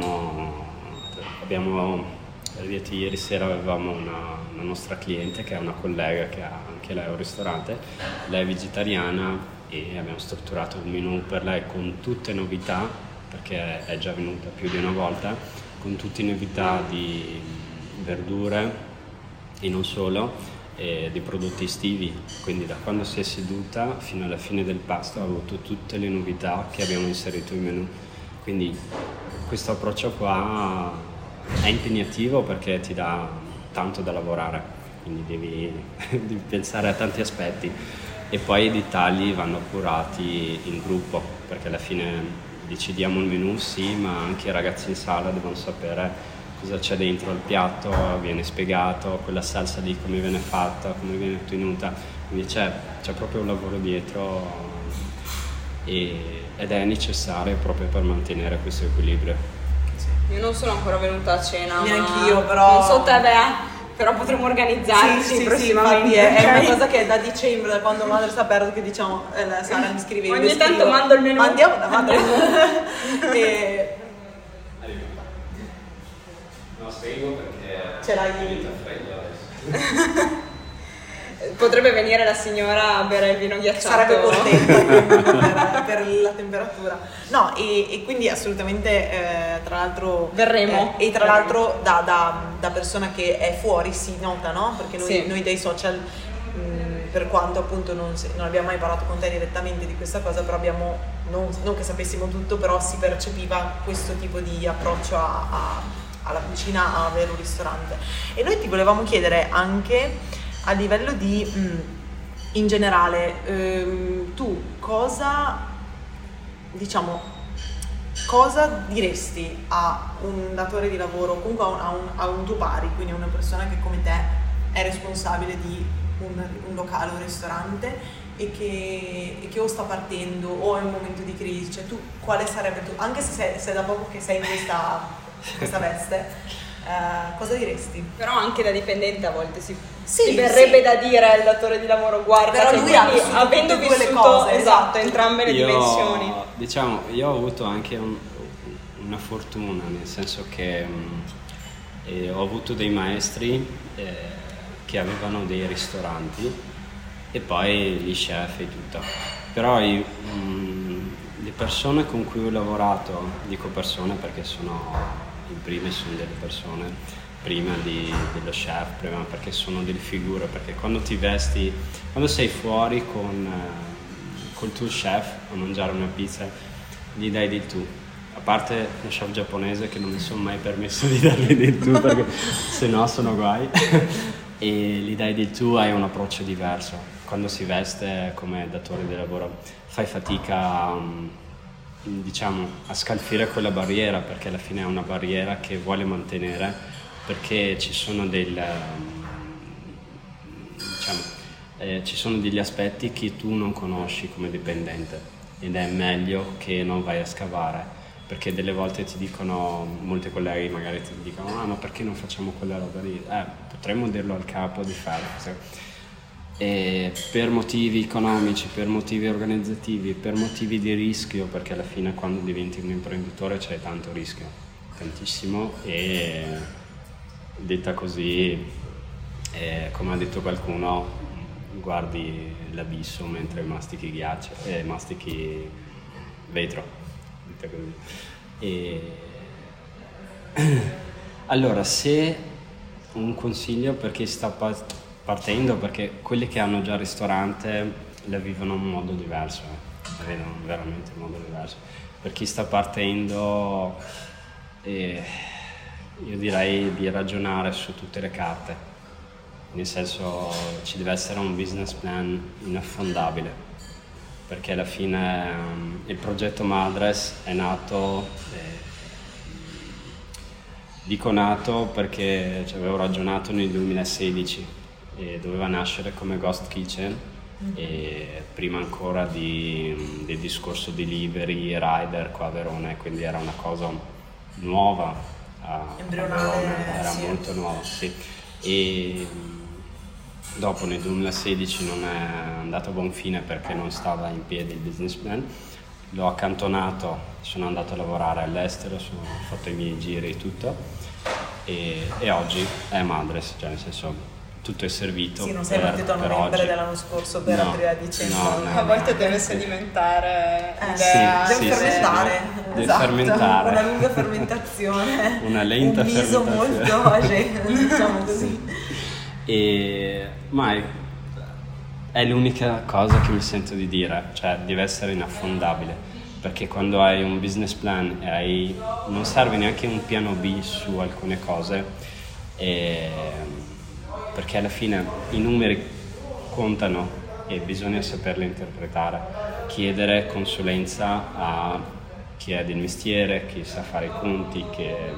ieri sera avevamo una nostra cliente che è una collega che ha anche lei un ristorante, lei è vegetariana e abbiamo strutturato un menù per lei con tutte novità, perché è già venuta più di una volta, con tutte novità di verdure e non solo, e di prodotti estivi, quindi da quando si è seduta fino alla fine del pasto ha avuto tutte le novità che abbiamo inserito in menù. Quindi questo approccio qua è impegnativo perché ti dà tanto da lavorare, quindi devi pensare a tanti aspetti, e poi i dettagli vanno curati in gruppo, perché alla fine decidiamo il menù sì, ma anche i ragazzi in sala devono sapere cosa c'è dentro il piatto, viene spiegato, quella salsa lì come viene fatta, come viene ottenuta, quindi c'è proprio un lavoro dietro ed è necessario proprio per mantenere questo equilibrio. Io non sono ancora venuta a cena, neanch'io, però non so te Bea, però potremmo organizzarci sì, prossimamente. È una cosa che da dicembre, da quando madre sta aperto, che diciamo Sara mi scrive, ogni tanto mando il menù, mandiamo la madre e No, spiego perché ce l'hai freddo adesso. Potrebbe venire la signora a bere il vino ghiacciato. Sarebbe contenta per la temperatura. No, e quindi assolutamente, tra l'altro verremo. E tra l'altro da persona che è fuori si nota, no? Perché noi dai social, per quanto appunto non abbiamo mai parlato con te direttamente di questa cosa, però abbiamo, non che sapessimo tutto, però si percepiva questo tipo di approccio alla cucina, a avere un ristorante. E noi ti volevamo chiedere anche a livello di, in generale, tu cosa diresti a un datore di lavoro, comunque a un tuo pari, quindi a una persona che come te è responsabile di un locale, un ristorante e che o sta partendo o è un momento di crisi, cioè tu quale sarebbe anche se sei da poco che sei in questa veste, cosa diresti? Però anche da dipendente a volte si verrebbe da dire al datore di lavoro, guarda, però che lui avendo vissuto le cose, esatto, entrambe le dimensioni. Diciamo, io ho avuto anche una fortuna, nel senso che ho avuto dei maestri che avevano dei ristoranti e poi gli chef e tutto. Però le persone con cui ho lavorato, dico persone perché sono in primis sono delle persone, prima dello chef, prima perché sono delle figure, perché quando ti vesti, quando sei fuori col tuo chef a mangiare una pizza, gli dai del tu. A parte lo chef giapponese che non mi sono mai permesso di dargli del tu perché se no sono guai, e gli dai del tu, hai un approccio diverso. Quando si veste come datore di lavoro fai fatica a scalfire quella barriera, perché alla fine è una barriera che vuole mantenere, perché ci sono ci sono degli aspetti che tu non conosci come dipendente ed è meglio che non vai a scavare, perché delle volte ti dicono, molti colleghi magari ti dicono ma perché non facciamo quella roba lì? Potremmo dirlo al capo di fare. E per motivi economici, per motivi organizzativi, per motivi di rischio, perché alla fine quando diventi un imprenditore c'è tanto rischio, tantissimo, e detta così, come ha detto qualcuno, guardi l'abisso mentre mastichi ghiaccio, mastichi vetro, detta così. Allora, se un consiglio per chi sta partendo, perché quelli che hanno già ristorante la vivono in un modo diverso, la vedono veramente in modo diverso. Per chi sta partendo io direi di ragionare su tutte le carte, nel senso ci deve essere un business plan inaffondabile, perché alla fine il progetto Madres è nato, dico nato perché ci avevo ragionato nel 2016 e doveva nascere come Ghost Kitchen, e prima ancora del discorso delivery e rider qua a Verona, quindi era una cosa nuova a Verona, era molto nuova, sì. dopo nel 2016 non è andato a buon fine perché non stava in piedi il business plan, l'ho accantonato, sono andato a lavorare all'estero, ho fatto i miei giri e tutto, e oggi è Madres, cioè nel senso tutto è servito. Sì, non sei partito a novembre oggi. dell'anno scorso per aprire a dicembre. No, A volte deve sedimentare l'idea. Deve fermentare. Deve fermentare. Una lunga fermentazione. Una lenta un viso fermentazione. molto age, diciamo così. Ma è l'unica cosa che mi sento di dire, cioè deve essere inaffondabile, perché quando hai un business plan e non serve neanche un piano B su alcune cose, perché alla fine i numeri contano e bisogna saperli interpretare, chiedere consulenza a chi è del mestiere, chi sa fare i conti, che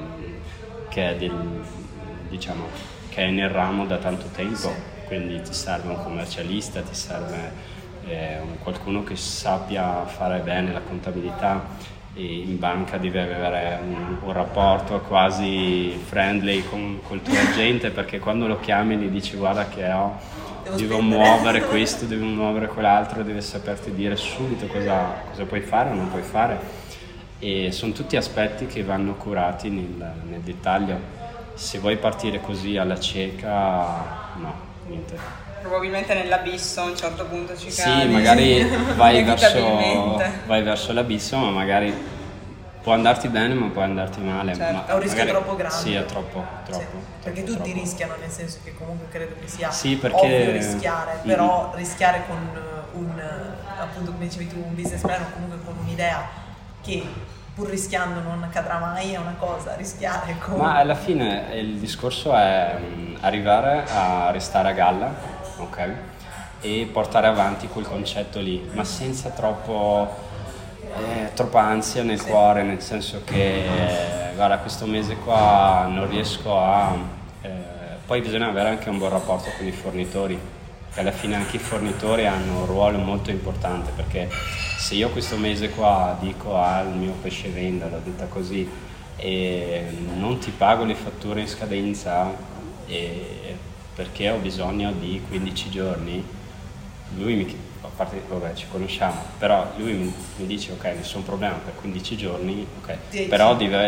è nel ramo da tanto tempo, quindi ti serve un commercialista, ti serve qualcuno che sappia fare bene la contabilità. E in banca devi avere un rapporto quasi friendly col tuo agente, perché quando lo chiami e gli dici guarda che devo muovere questo, devo muovere quell'altro, deve saperti dire subito cosa puoi fare o non puoi fare, e sono tutti aspetti che vanno curati nel dettaglio. Se vuoi partire così alla cieca, no, niente. Probabilmente nell'abisso a un certo punto ci cadi. Sì, magari vai inevitabilmente. verso l'abisso, ma magari può andarti bene ma può andarti male. Certo. Ma È un rischio magari, troppo grande. Sì, è troppo. Perché tutti troppo. rischiano, nel senso che comunque credo che sia perché ovvio rischiare, però rischiare con appunto come dicevi tu, un business plan o comunque con un'idea che pur rischiando non accadrà mai è una cosa, rischiare con... Ma alla fine il discorso è arrivare a restare a galla, ok? E portare avanti quel concetto lì, ma senza troppa ansia nel cuore, nel senso che guarda, questo mese qua non riesco a... poi bisogna avere anche un buon rapporto con i fornitori, perché alla fine anche i fornitori hanno un ruolo molto importante, perché se io questo mese qua dico al mio pesce venda, l'ho detta così, e non ti pago le fatture in scadenza perché ho bisogno di 15 giorni, lui a parte, vabbè, ci conosciamo, però lui mi dice ok, nessun problema per 15 giorni, ok, però devo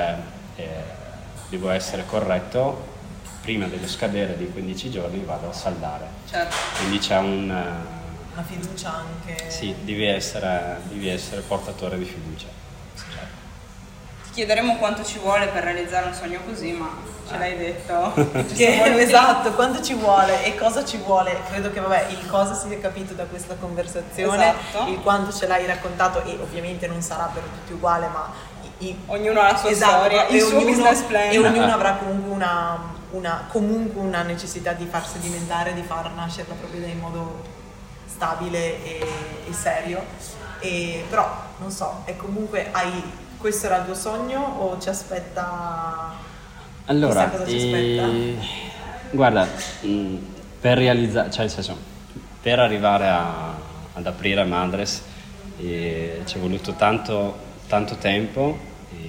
essere corretto, prima dello scadere di 15 giorni vado a saldare. Certo. Quindi c'è una fiducia anche. Sì, devi essere portatore di fiducia. Ti chiederemo quanto ci vuole per realizzare un sogno così, ma ce l'hai detto. Esatto, quanto ci vuole e cosa ci vuole. Credo che il cosa si sia capito da questa conversazione, esatto. Il quanto ce l'hai raccontato, e ovviamente non sarà per tutti uguale, ma ognuno ha la sua storia, il suo business plan. E ognuno avrà comunque una necessità di far sedimentare, di far nascere la propria idea in modo stabile e serio, però non so, è comunque questo era il tuo sogno o ci aspetta? Allora, cosa ci aspetta? Guarda, per realizzare, cioè nel senso, per arrivare ad aprire Madres ci è voluto tanto tempo,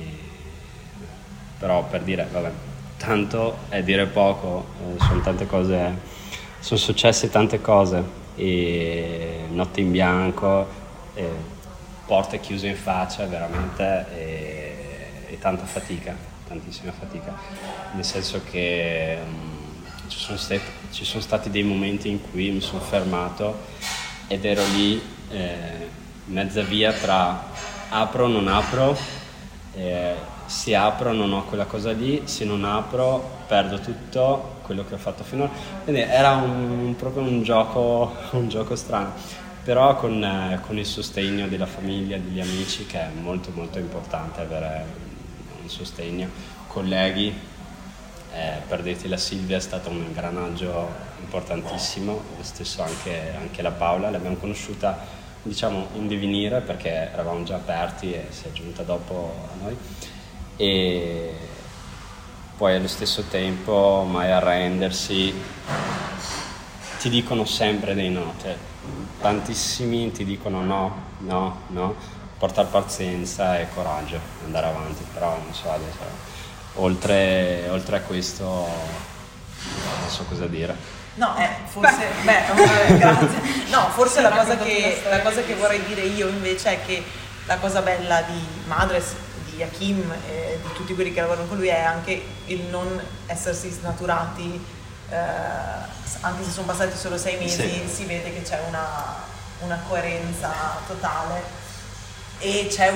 però per dire, vabbè, tanto è dire poco, sono tante cose, sono successe tante cose, e notte in bianco, porte chiuse in faccia veramente, e tanta fatica, tantissima fatica, nel senso che ci sono stati dei momenti in cui mi sono fermato ed ero lì mezza via tra apro o non apro, se apro non ho quella cosa lì, se non apro perdo tutto quello che ho fatto finora, quindi era proprio un gioco strano, però con il sostegno della famiglia, degli amici, che è molto molto importante avere un sostegno, colleghi, per dirti la Silvia è stata un ingranaggio importantissimo, lo stesso anche la Paola, l'abbiamo conosciuta diciamo in divenire perché eravamo già aperti e si è aggiunta dopo a noi, e poi allo stesso tempo mai arrendersi, ti dicono sempre dei no, cioè tantissimi ti dicono no, portare pazienza e coraggio, andare avanti, però non so adesso, oltre a questo non so cosa dire. No, forse, grazie. No, forse la cosa che vorrei dire io invece è che la cosa bella di Madres, di Hakim e di tutti quelli che lavorano con lui è anche il non essersi snaturati, anche se sono passati solo 6 mesi, si vede che c'è una coerenza totale e c'è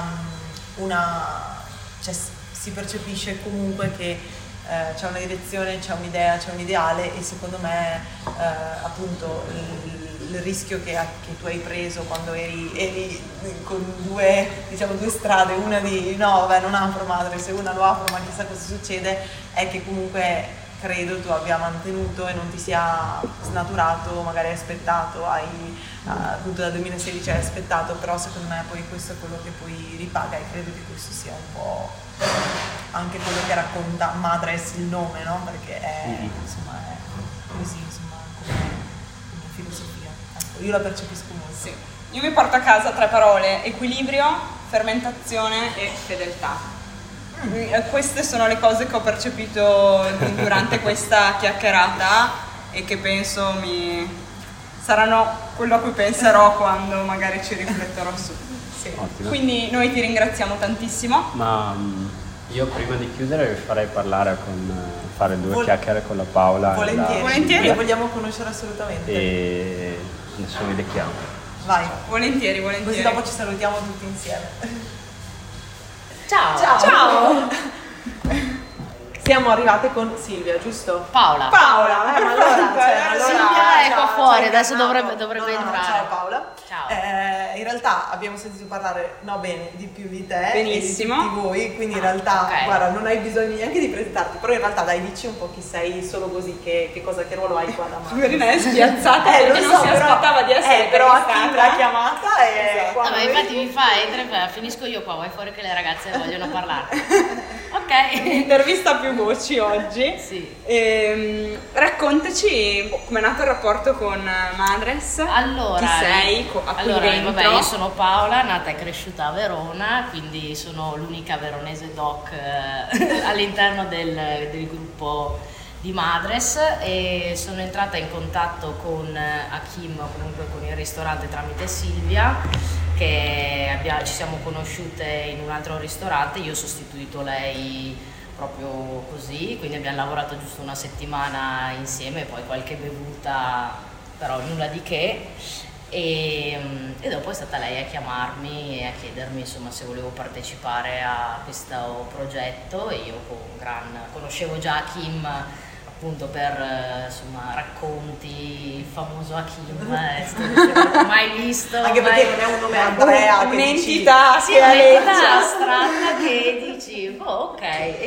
cioè, si percepisce comunque che c'è una direzione, c'è un'idea, c'è un ideale e secondo me appunto il rischio che tu hai preso quando eri con due strade, una di no vabbè non apro Madres e una lo apro ma chissà cosa succede, è che comunque credo tu abbia mantenuto e non ti sia snaturato, magari hai aspettato, appunto dal 2016 hai aspettato, però secondo me poi questo è quello che poi ripaga e credo che questo sia un po' anche quello che racconta Madres il nome, no? Perché è così, insomma, come filosofia. Ecco, io la percepisco molto. Sì. Io mi porto a casa 3 parole: equilibrio, fermentazione e fedeltà. Queste sono le cose che ho percepito durante questa chiacchierata e che penso saranno quello a cui penserò quando magari ci rifletterò su. Sì. Quindi noi ti ringraziamo tantissimo. Ma io prima di chiudere vi farei fare 2 chiacchiere con la Paola. Volentieri, li vogliamo conoscere assolutamente. E adesso vi le chiamo. Vai. Volentieri. Così dopo ci salutiamo tutti insieme. Ciao. Siamo arrivate con Silvia, giusto? Paola, ma allora Silvia è qua fuori, adesso no, dovrebbe entrare. Ciao Paola. Ciao. In realtà abbiamo sentito parlare di più di te. Benissimo. E di tutti voi, quindi in realtà guarda, non hai bisogno neanche di presentarti, però in realtà dai, dici un po' chi sei, solo così che ruolo hai qua da mano. Marina è spiazzata perché non si aspettava di essere però Hakim l'ha chiamata e vabbè, infatti mi fa finisco io qua, vai fuori che le ragazze vogliono parlare. Ok. Intervista a più voci oggi. Sì. Raccontaci come è nato il rapporto con Madres. Allora, chi sei? Vabbè, io sono Paola, nata e cresciuta a Verona, quindi sono l'unica veronese doc all'interno del gruppo di Madres e sono entrata in contatto con Hakim, comunque con il ristorante tramite Silvia, che ci siamo conosciute in un altro ristorante, io ho sostituito lei proprio così, quindi abbiamo lavorato giusto una settimana insieme, poi qualche bevuta, però nulla di che. E dopo è stata lei a chiamarmi e a chiedermi insomma se volevo partecipare a questo progetto e io conoscevo già Hakim appunto per insomma racconti, il famoso Hakim, non l'ho mai visto, anche perché non è un nome Andrea, un'entità astratta che dici ok,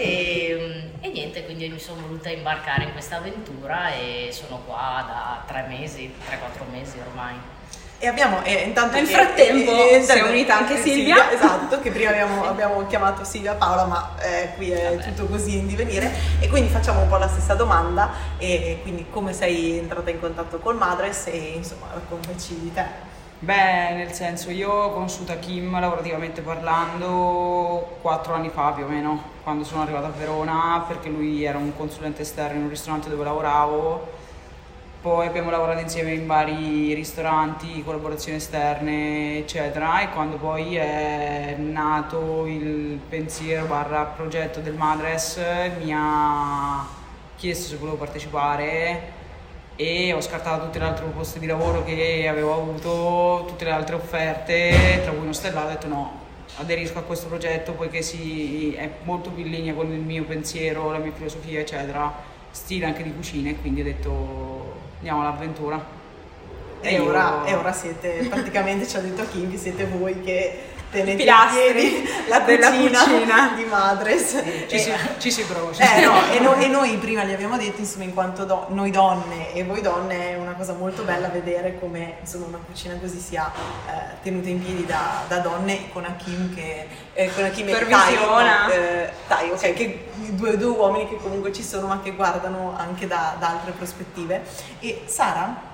e niente, quindi mi sono voluta imbarcare in questa avventura e sono qua da 3-4 mesi ormai. E abbiamo intanto nel frattempo si è unita anche Silvia. Esatto, che prima abbiamo chiamato Silvia Paola, ma qui è tutto così in divenire e quindi facciamo un po' la stessa domanda e quindi come sei entrata in contatto con Madres e insomma raccontaci di te. Beh, nel senso, io ho conosciuto Hakim lavorativamente parlando 4 anni fa più o meno, quando sono arrivata a Verona, perché lui era un consulente esterno in un ristorante dove lavoravo. Poi abbiamo lavorato insieme in vari ristoranti, collaborazioni esterne, eccetera, e quando poi è nato il pensiero / progetto del Madres mi ha chiesto se volevo partecipare e ho scartato tutte le altre proposte di lavoro che avevo avuto, tutte le altre offerte, tra cui uno stellato, ho detto no, aderisco a questo progetto poiché è molto più in linea con il mio pensiero, la mia filosofia, eccetera, stile anche di cucina, e quindi ho detto andiamo all'avventura. E ora siete praticamente, ci ha detto Hakim, siete voi che tenete pilastri in piedi la cucina di Madres. Ci si prova. E noi prima gli abbiamo detto, insomma, in quanto noi donne e voi donne, è una cosa molto bella vedere come insomma una cucina così sia tenuta in piedi da donne, con Hakim con Hakim e Tai, ok, che due uomini che comunque ci sono ma che guardano anche da altre prospettive. E Sara,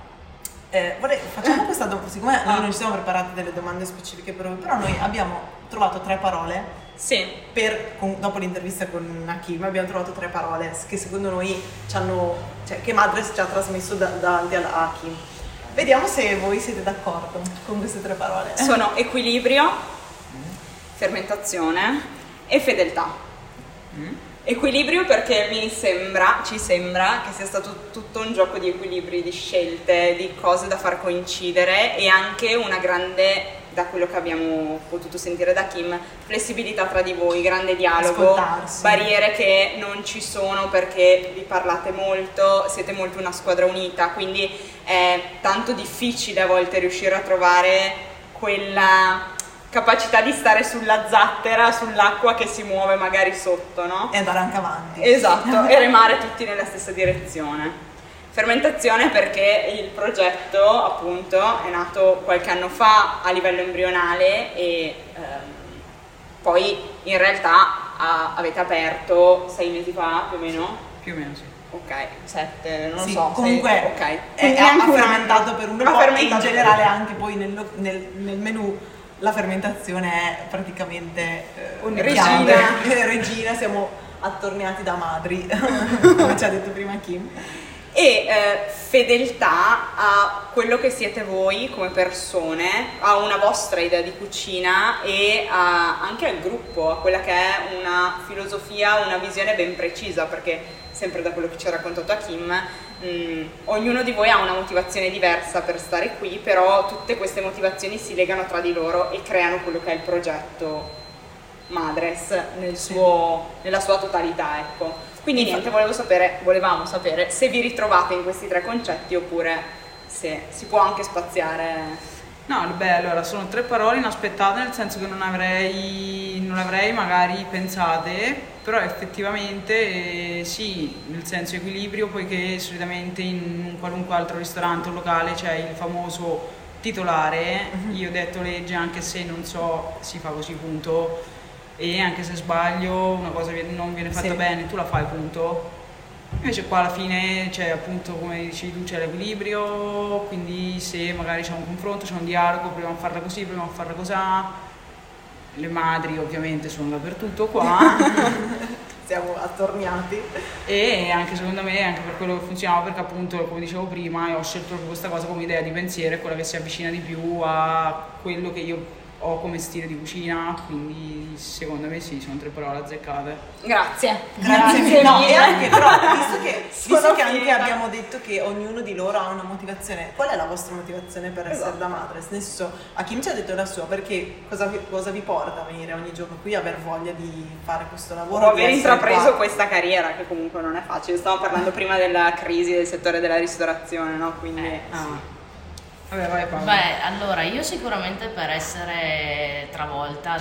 facciamo questa domanda, siccome noi non ci siamo preparati delle domande specifiche però noi abbiamo trovato 3 parole Sì. Dopo l'intervista con Hakim abbiamo trovato 3 parole che secondo noi che Madres ci ha trasmesso davanti a Hakim. Vediamo se voi siete d'accordo con queste 3 parole. Sono equilibrio, fermentazione e fedeltà. Equilibrio perché ci sembra che sia stato tutto un gioco di equilibri, di scelte, di cose da far coincidere e anche una grande, da quello che abbiamo potuto sentire da Kim, flessibilità tra di voi, grande dialogo, barriere che non ci sono perché vi parlate molto, siete molto una squadra unita, quindi è tanto difficile a volte riuscire a trovare quella capacità di stare sulla zattera, sull'acqua che si muove magari sotto, no? E andare anche avanti. Esatto, e remare tutti nella stessa direzione. Fermentazione perché il progetto appunto è nato qualche anno fa a livello embrionale e poi in realtà avete aperto 6 mesi fa più o meno? Più o meno sì. Ok, 7, non sì, lo so. Comunque Ok. ha fermentato per un po' e in generale per... anche poi nel menù la fermentazione è praticamente regina, siamo attorniati da madri, come ci ha detto prima Kim. E fedeltà a quello che siete voi come persone, a una vostra idea di cucina e anche al gruppo, a quella che è una filosofia, una visione ben precisa, perché sempre da quello che ci ha raccontato Kim, ognuno di voi ha una motivazione diversa per stare qui, però tutte queste motivazioni si legano tra di loro e creano quello che è il progetto Madres nella sua totalità, ecco. Quindi niente, volevamo sapere se vi ritrovate in questi 3 concetti oppure se si può anche spaziare. No, beh, allora sono 3 parole inaspettate, nel senso che non avrei magari pensate, però effettivamente sì, nel senso equilibrio, poiché solitamente in un qualunque altro ristorante o locale c'è il famoso titolare, io ho detto legge anche se non so, si fa così punto, e anche se sbaglio una cosa non viene fatta bene, tu la fai punto. Invece qua alla fine c'è appunto, come dici tu, c'è l'equilibrio, quindi se magari c'è un confronto, c'è un dialogo, proviamo a farla così, proviamo a farla cosà. Le madri ovviamente sono dappertutto qua. Siamo attorniati. E anche secondo me, anche per quello che funzionava, perché appunto, come dicevo prima, ho scelto proprio questa cosa come idea di pensiero, è quella che si avvicina di più a quello che io ho come stile di cucina, quindi secondo me sì, sono 3 parole azzeccate. Grazie mille. No, e anche però, visto che anche fiera. abbiamo detto che ognuno di loro ha una motivazione, qual è la vostra motivazione per essere da Madres? Nel senso, Hakim ci ha detto la sua, perché cosa vi porta a venire ogni giorno qui, aver voglia di fare questo lavoro? O aver intrapreso questa carriera, che comunque non è facile. Stavamo parlando prima della crisi del settore della ristorazione, no? Quindi Vabbè, vai Paolo. Beh, allora io sicuramente per essere travolta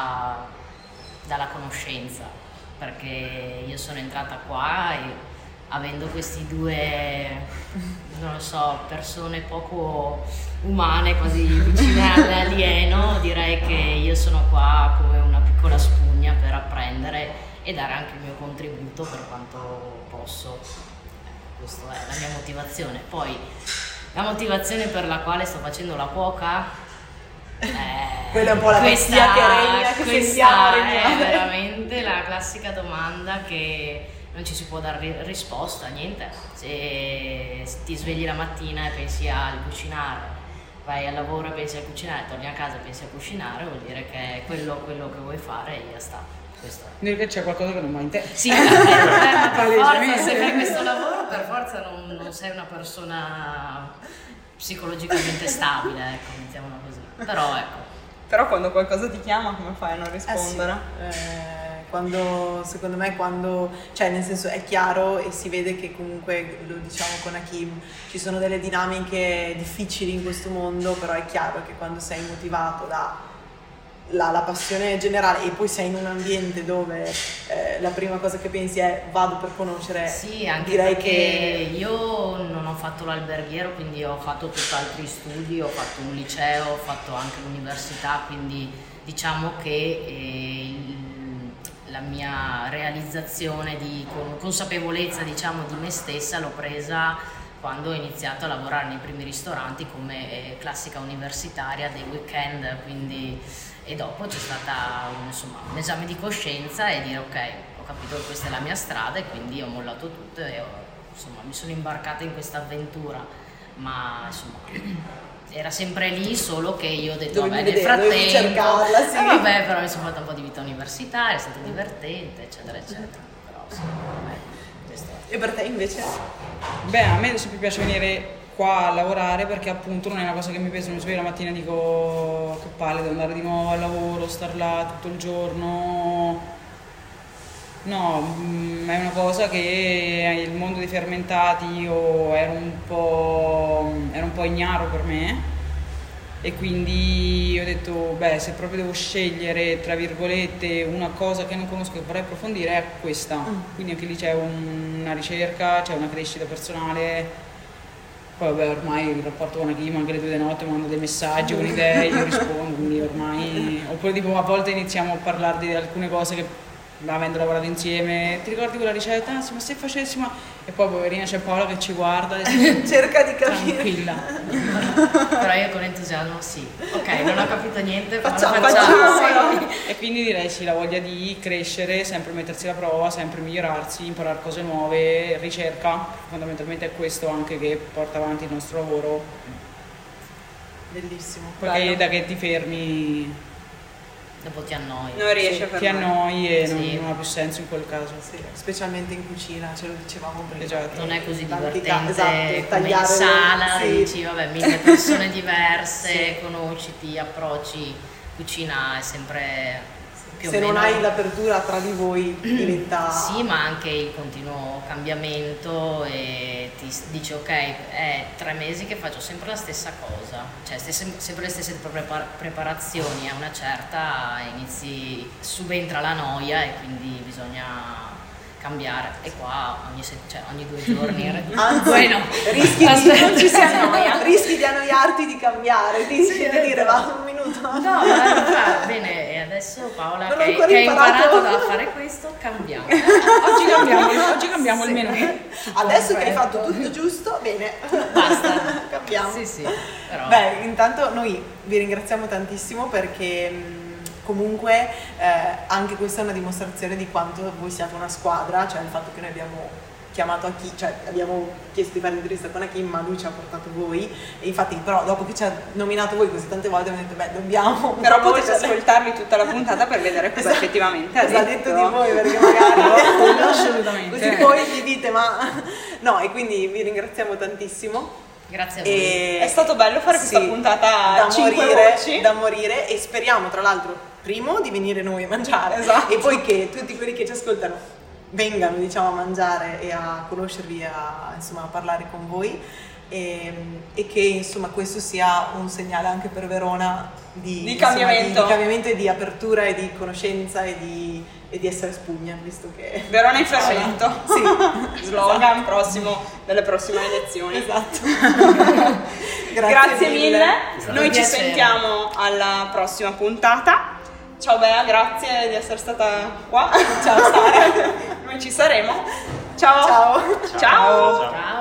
dalla conoscenza, perché io sono entrata qua e avendo questi 2, non lo so, persone poco umane, quasi vicine all'alieno, direi che io sono qua come una piccola spugna per apprendere e dare anche il mio contributo per quanto posso. Questa è la mia motivazione. Poi la motivazione per la quale sto facendo la cuoca, quella è un po' la bestia che regna, che questa è veramente la classica domanda che non ci si può dare risposta, niente. Se ti svegli la mattina e pensi al cucinare, vai al lavoro e pensi a cucinare, torni a casa e pensi a cucinare, vuol dire che è quello che vuoi fare e ya sta. C'è qualcosa che non va in te. Sì, per forza, se fai questo lavoro per forza non sei una persona psicologicamente stabile, ecco, mettiamola così. Però quando qualcosa ti chiama, come fai a non rispondere? Secondo me cioè nel senso è chiaro e si vede che comunque, lo diciamo con Hakim, ci sono delle dinamiche difficili in questo mondo, però è chiaro che quando sei motivato da la passione generale e poi sei in un ambiente dove la prima cosa che pensi è vado per conoscere, sì, anche direi perché che io non ho fatto l'alberghiero, quindi ho fatto tutt'altri studi, ho fatto un liceo, ho fatto anche l'università, quindi diciamo che la mia realizzazione di consapevolezza, diciamo, di me stessa l'ho presa quando ho iniziato a lavorare nei primi ristoranti come classica universitaria dei weekend, quindi E dopo c'è stata un esame di coscienza e dire ok, ho capito che questa è la mia strada, e quindi ho mollato tutto e mi sono imbarcata in questa avventura, ma insomma era sempre lì, solo che io ho detto vabbè, nel frattempo cercarla, sì. Vabbè, però mi sono fatta un po' di vita universitaria, è stato divertente, eccetera eccetera, però sì, vabbè, questo. E per te invece? Beh, a me adesso più piace venire qua a lavorare, perché appunto non è una cosa che mi pesa, mi sveglio la mattina e dico che palle, devo andare di nuovo al lavoro, star là tutto il giorno. No, è una cosa che il mondo dei fermentati era un po' ignaro per me, e quindi ho detto beh, se proprio devo scegliere tra virgolette una cosa che non conosco e vorrei approfondire è questa. Quindi anche lì c'è una ricerca, c'è una crescita personale. Poi vabbè, ormai il rapporto con Achim, anche le 2 di notte mando dei messaggi con idee, io rispondo, quindi ormai. Oppure tipo a volte iniziamo a parlare di alcune cose che, avendo lavorato insieme, ti ricordi quella ricetta? Sì, ma se facessimo. E poi poverina c'è Paola che ci guarda e cerca di capire. Tranquilla. Però io con entusiasmo sì. Ok, non ho capito niente, Facciamo. E quindi direi sì, la voglia di crescere, sempre mettersi alla prova, sempre migliorarsi, imparare cose nuove, ricerca, fondamentalmente è questo anche che porta avanti il nostro lavoro. Bellissimo. Perché da che ti fermi dopo ti annoi. Non riesci a ti fermare. annoi e Sì. non ha più senso in quel caso. Sì, specialmente in cucina, ce lo dicevamo prima. Esatto. Non è così Tanti divertente esatto, come in tagliare sala, sì. dici vabbè, 1000 persone diverse, Sì. conosciti, approcci, cucina è sempre più Se o meno. non hai l'apertura tra di voi diventa. Sì, ma anche il continuo cambiamento, e ti dici ok, è 3 mesi che faccio sempre la stessa cosa, cioè sempre le stesse preparazioni, a una certa subentra la noia e quindi bisogna cambiare, e qua ogni 2 giorni Anzi, bueno, rischi aspetta, non ci si annoia, rischi di annoiarti di cambiare, rischi di dire va un minuto. no, ma bene, e adesso Paola Non ho che ancora ha imparato. imparato a fare questo, cambiamo. Oggi cambiamo il menù. Adesso che hai fatto tutto giusto, bene, Basta. capiamo. Sì, però Beh, intanto noi vi ringraziamo tantissimo perché comunque anche questa è una dimostrazione di quanto voi siate una squadra, cioè il fatto che noi abbiamo chiamato Achim, cioè abbiamo chiesto di fare l'intervista con Achim, ma lui ci ha portato voi, e infatti però dopo che ci ha nominato voi così tante volte abbiamo detto beh, dobbiamo Però potete ascoltarvi tutta la puntata per vedere cosa effettivamente cosa ha ha detto. detto di voi, perché magari Assolutamente. così poi gli dite ma no, e quindi vi ringraziamo tantissimo. grazie a voi. E È stato bello fare questa puntata a 5 voci. da morire, e speriamo tra l'altro primo di venire noi a mangiare, Esatto. e poi che tutti quelli che ci ascoltano vengano, diciamo, a mangiare e a conoscervi, insomma, a parlare con voi, e che insomma questo sia un segnale anche per Verona di cambiamento. di cambiamento e di apertura e di conoscenza e di essere spugna, visto che Verona in fermento. sì, Slogan prossimo delle prossime elezioni. esatto. Grazie mille. Noi ci Piacere. sentiamo alla prossima puntata. Ciao Bea, grazie di essere stata qua. Ciao Sara. Noi ci saremo. Ciao. Ciao. Ciao. Ciao.